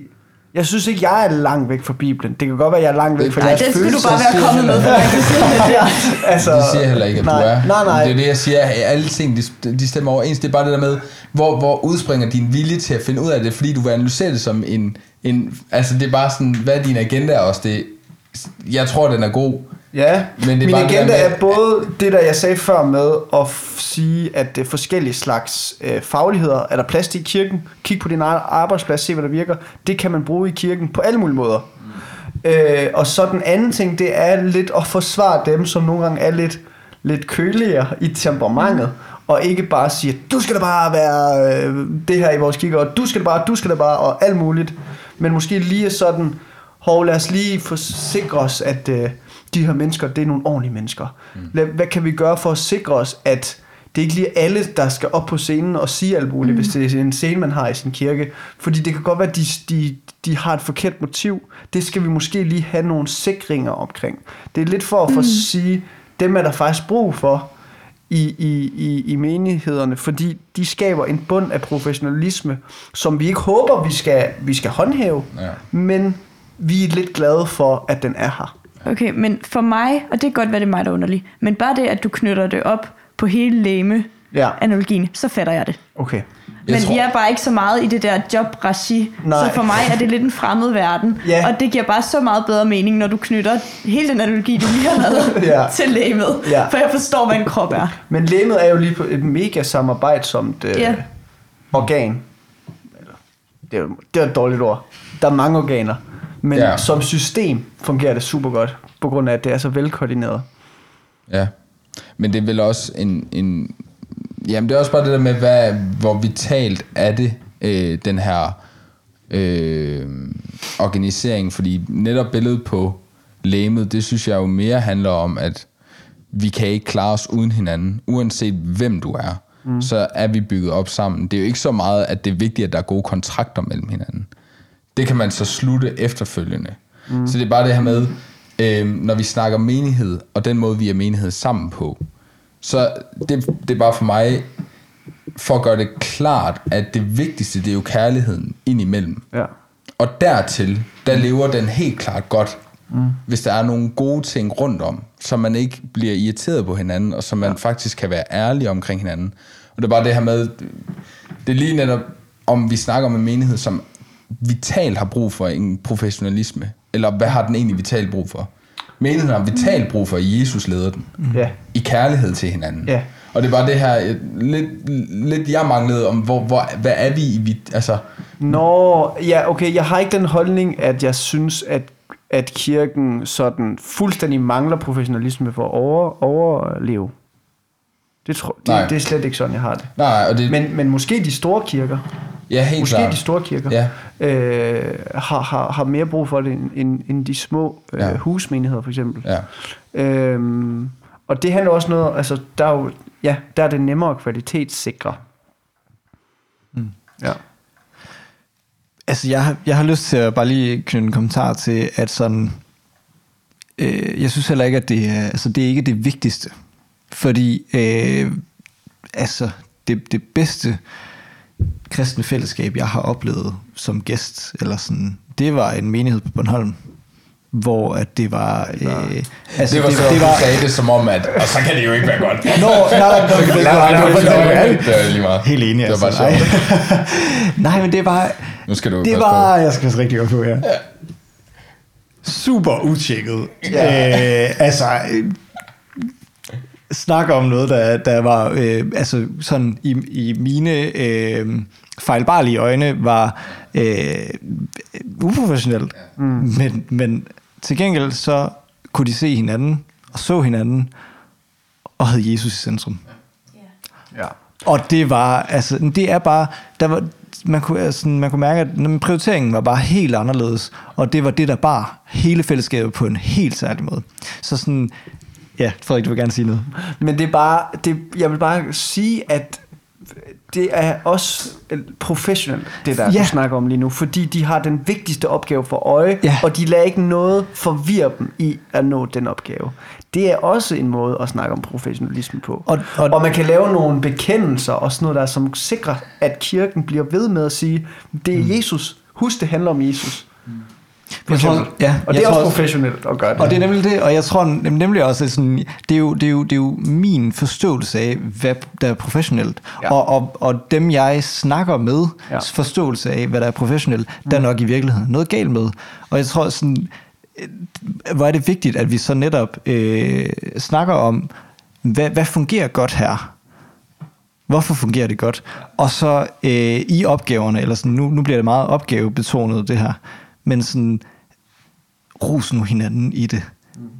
Jeg synes ikke, jeg er langt væk fra Bibelen. Det kan godt være, at jeg er langt væk fra deres følelser. Nej, det skulle du bare være kommet med for langt. Altså, det siger heller ikke, at du er. Nej. Det er det, jeg siger. Alle ting, de stemmer overens. Det er bare det der med, hvor udspringer din vilje til at finde ud af det, fordi du vil analysere det som en altså det er bare sådan, hvad er din agenda også? Jeg tror, den er god. Ja, men det min bare agenda med, er både det, der jeg sagde før med at sige, at det er forskellige slags fagligheder. Er der plads til i kirken? Kig på din egen arbejdsplads, se hvad der virker. Det kan man bruge i kirken på alle mulige måder. Og så den anden ting, det er lidt at forsvare dem, som nogle gange er lidt køligere i temperamentet. Og ikke bare sige, du skal da bare være det her i vores kirke, og du skal da bare, og alt muligt. Men måske lige sådan, lad os lige forsikre os, at de her mennesker, det er nogle ordentlige mennesker. Hvad kan vi gøre for at sikre os, at det ikke lige er alle, der skal op på scenen og sige alt muligt, hvis det er en scene, man har i sin kirke. Fordi det kan godt være, at de har et forkert motiv. Det skal vi måske lige have nogle sikringer omkring. Det er lidt for at sige, dem er der faktisk brug for i menighederne, fordi de skaber en bund af professionalisme, som vi ikke håber, vi skal håndhæve, men vi er lidt glade for, at den er her. Okay, men for mig, og det kan godt være, det er mig, der er underlig, men bare det, at du knytter det op på hele læme-analogien, så fatter jeg det. Okay. Jeg er bare ikke så meget i det der jobregi, så for mig er det lidt en fremmed verden, og det giver bare så meget bedre mening, når du knytter hele den analogi, du lige har lavet til lægemet, for jeg forstår, hvad en krop er. Men lægemet er jo lige på et mega samarbejdssomt organ. Det er et dårligt ord. Der er mange organer, men som system fungerer det super godt, på grund af, at det er så velkoordineret. Ja, men det er vel også en jamen det er også bare det der med, hvor vitalt er det, den her organisering, fordi netop billedet på legemet, det synes jeg jo mere handler om, at vi kan ikke klare os uden hinanden, uanset hvem du er, så er vi bygget op sammen. Det er jo ikke så meget, at det er vigtigt, at der er gode kontrakter mellem hinanden. Det kan man så slutte efterfølgende. Så det er bare det her med, når vi snakker menighed, og den måde, vi er menighed sammen på, så det er bare for mig, for at gøre det klart, at det vigtigste, det er jo kærligheden indimellem. Ja. Og dertil, der lever den helt klart godt, hvis der er nogle gode ting rundt om, så man ikke bliver irriteret på hinanden, og så man faktisk kan være ærlig omkring hinanden. Og det er bare det her med, det er lige netop, om vi snakker om en menighed, som vitalt har brug for en professionalisme, eller hvad har den egentlig vitalt brug for? Menigheden har vitalt brug for, at Jesus leder den. I kærlighed til hinanden. Og det er bare det her, lidt jeg manglede om, hvad er vi i, altså... Okay, jeg har ikke den holdning, at jeg synes, at kirken sådan fuldstændig mangler professionalisme for at overleve. Det er slet ikke sådan, jeg har det. Nej, og det... Men måske de store kirker. Ja, helt måske klart. De store kirker har mere brug for det end de små husmenigheder for eksempel. Og det handler også noget, altså der er det nemmere at kvalitetssikre. Altså jeg har lyst til at bare lige knytte en kommentar til, at sådan jeg synes heller ikke, at det er ikke det vigtigste, fordi det bedste kristne fællesskab, jeg har oplevet som gæst, eller sådan, det var en menighed på Bornholm, hvor at det var... det var så, du sagde det som om, at... Og så kan det jo ikke være godt. Helt enig. Det var bare sjovt. Nej, men det var... Nu skal du det var... Jeg skal rigtig godt på, super utjekket. Snak om noget, der var sådan i mine fejlbarlige øjne var uprofessionelt. Men til gengæld så kunne de se hinanden og så hinanden og havde Jesus i centrum. Og det var det er bare man kunne mærke, at prioriteringen var bare helt anderledes, og det var det, der bar hele fællesskabet på en helt særlig måde. Så sådan, Frederik, du vil gerne sige noget. Men det er bare, jeg vil bare sige, at det er også professionelt, det der du snakker om lige nu, fordi de har den vigtigste opgave for øje, og de lader ikke noget forvirre dem i at nå den opgave. Det er også en måde at snakke om professionalisme på. Og man kan lave nogle bekendelser og sådan noget der, som sikrer, at kirken bliver ved med at sige, det er Jesus. Husk, det handler om Jesus. Og det er også professionelt at gøre det. Og det er nemlig det, og jeg tror nemlig også, at sådan, det er jo min forståelse af, hvad der er professionelt. Ja. Og dem, jeg snakker med, forståelse af, hvad der er professionelt, der er nok i virkeligheden noget galt med. Og jeg tror sådan, hvor er det vigtigt, at vi så netop snakker om, hvad fungerer godt her? Hvorfor fungerer det godt? Og så i opgaverne, eller sådan, nu bliver det meget opgavebetonet det her, men sådan, ros nu hinanden i det.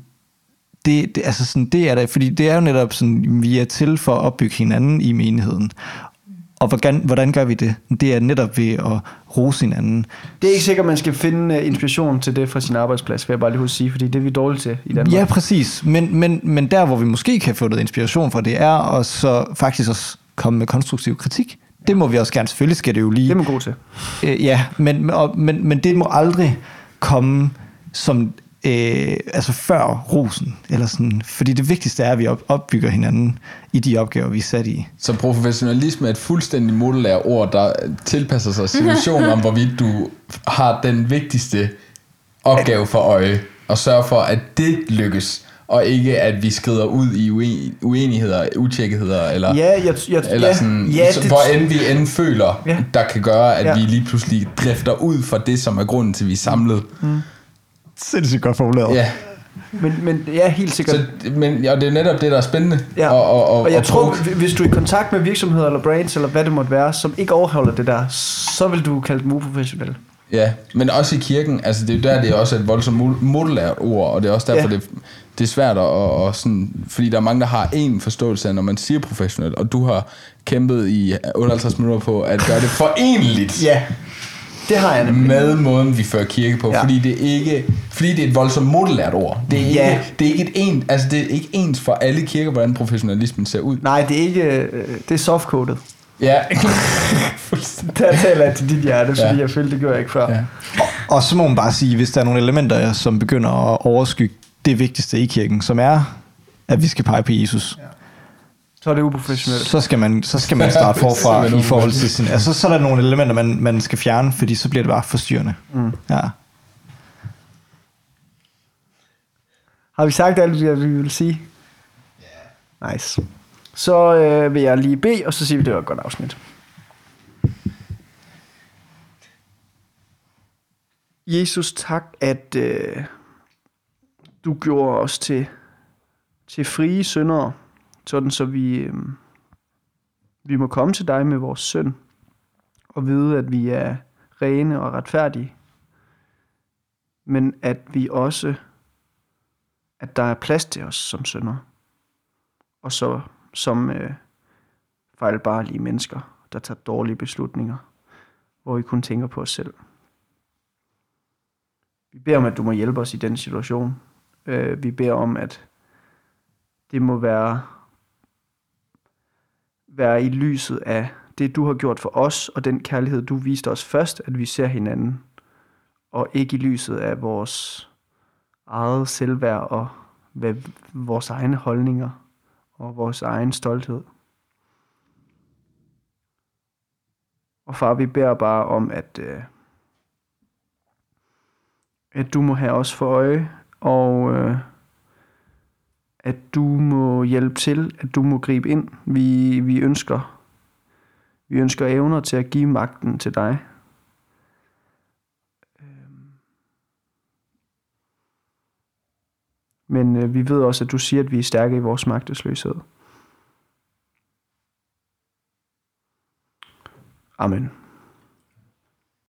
Altså sådan, det er der, fordi det er jo netop sådan, vi er til for at opbygge hinanden i menigheden. Og hvordan gør vi det? Det er netop ved at rose hinanden. Det er ikke sikkert, at man skal finde inspiration til det fra sin arbejdsplads, vil jeg bare lige huske sige, fordi det er vi dårlige til i Danmark. Ja, præcis. Men der, hvor vi måske kan få noget inspiration fra, det er at så faktisk også komme med konstruktiv kritik. Det må vi også gerne. Selvfølgelig skal det jo lige... Det er man god til. Ja, men det må aldrig komme som... altså før rosen, eller sådan, fordi det vigtigste er, at vi opbygger hinanden i de opgaver, vi er sat i. Så professionalisme er et fuldstændig modulært ord, der tilpasser sig situationen om, hvorvidt du har den vigtigste opgave for øje, og sørger for, at det lykkes, og ikke at vi skrider ud i uenigheder, utjekkigheder, eller, eller sådan, hvor end vi end føler, der kan gøre, at vi lige pludselig drifter ud fra det, som er grunden til, at vi er samlet. Sindssygt godt formuleret. Ja. Men ja, helt sikkert. Det er netop det, der er spændende. Ja. Og jeg tror, hvis du er i kontakt med virksomheder eller brands, eller hvad det måtte være, som ikke overholder det der, så vil du kalde dem uprofessionelle. Ja, men også i kirken, altså det er jo der, det er også et voldsomt modulært ord, og det er også derfor, det er svært at sådan, fordi der er mange, der har en forståelse af, når man siger professionelt, og du har kæmpet i 58 minutter på at gøre det forenligt. Ja. Det har jeg nemlig. Med måden, vi fører kirke på, fordi det er et voldsomt modulært ord. Det er ikke ens for alle kirker, hvordan professionalismen ser ud. Nej, det er ikke, det er softcoded. Ja. Der taler jeg til dit hjerte, fordi jeg følte, det gjorde jeg ikke før. Ja. Og så må man bare sige, hvis der er nogle elementer, som begynder at overskygge det vigtigste i kirken, som er, at vi skal pege på Jesus. Ja. Så er det uprofessionelt. Så skal man starte forfra i forhold til sin... Altså, så er der nogle elementer, man skal fjerne, fordi så bliver det bare forstyrrende. Ja. Har vi sagt alt, hvad vi vil sige? Yeah. Nice. Så vil jeg lige bede, og så siger vi, det var et godt afsnit. Jesus, tak, at du gjorde os til frie syndere, sådan så vi må komme til dig med vores synd, og vide, at vi er rene og retfærdige, men at vi også, at der er plads til os som syndere, og så som fejlbarlige mennesker, der tager dårlige beslutninger, hvor vi kun tænker på os selv. Vi beder om, at du må hjælpe os i den situation. Vi beder om, at det må være i lyset af det, du har gjort for os, og den kærlighed, du viste os først, at vi ser hinanden, og ikke i lyset af vores eget selvværd og vores egne holdninger og vores egen stolthed. Og far, vi beder bare om, at du må have os for øje, og at du må hjælpe til, at du må gribe ind. Vi ønsker evner til at give magten til dig. Men vi ved også, at du siger, at vi er stærke i vores magtesløshed. Amen.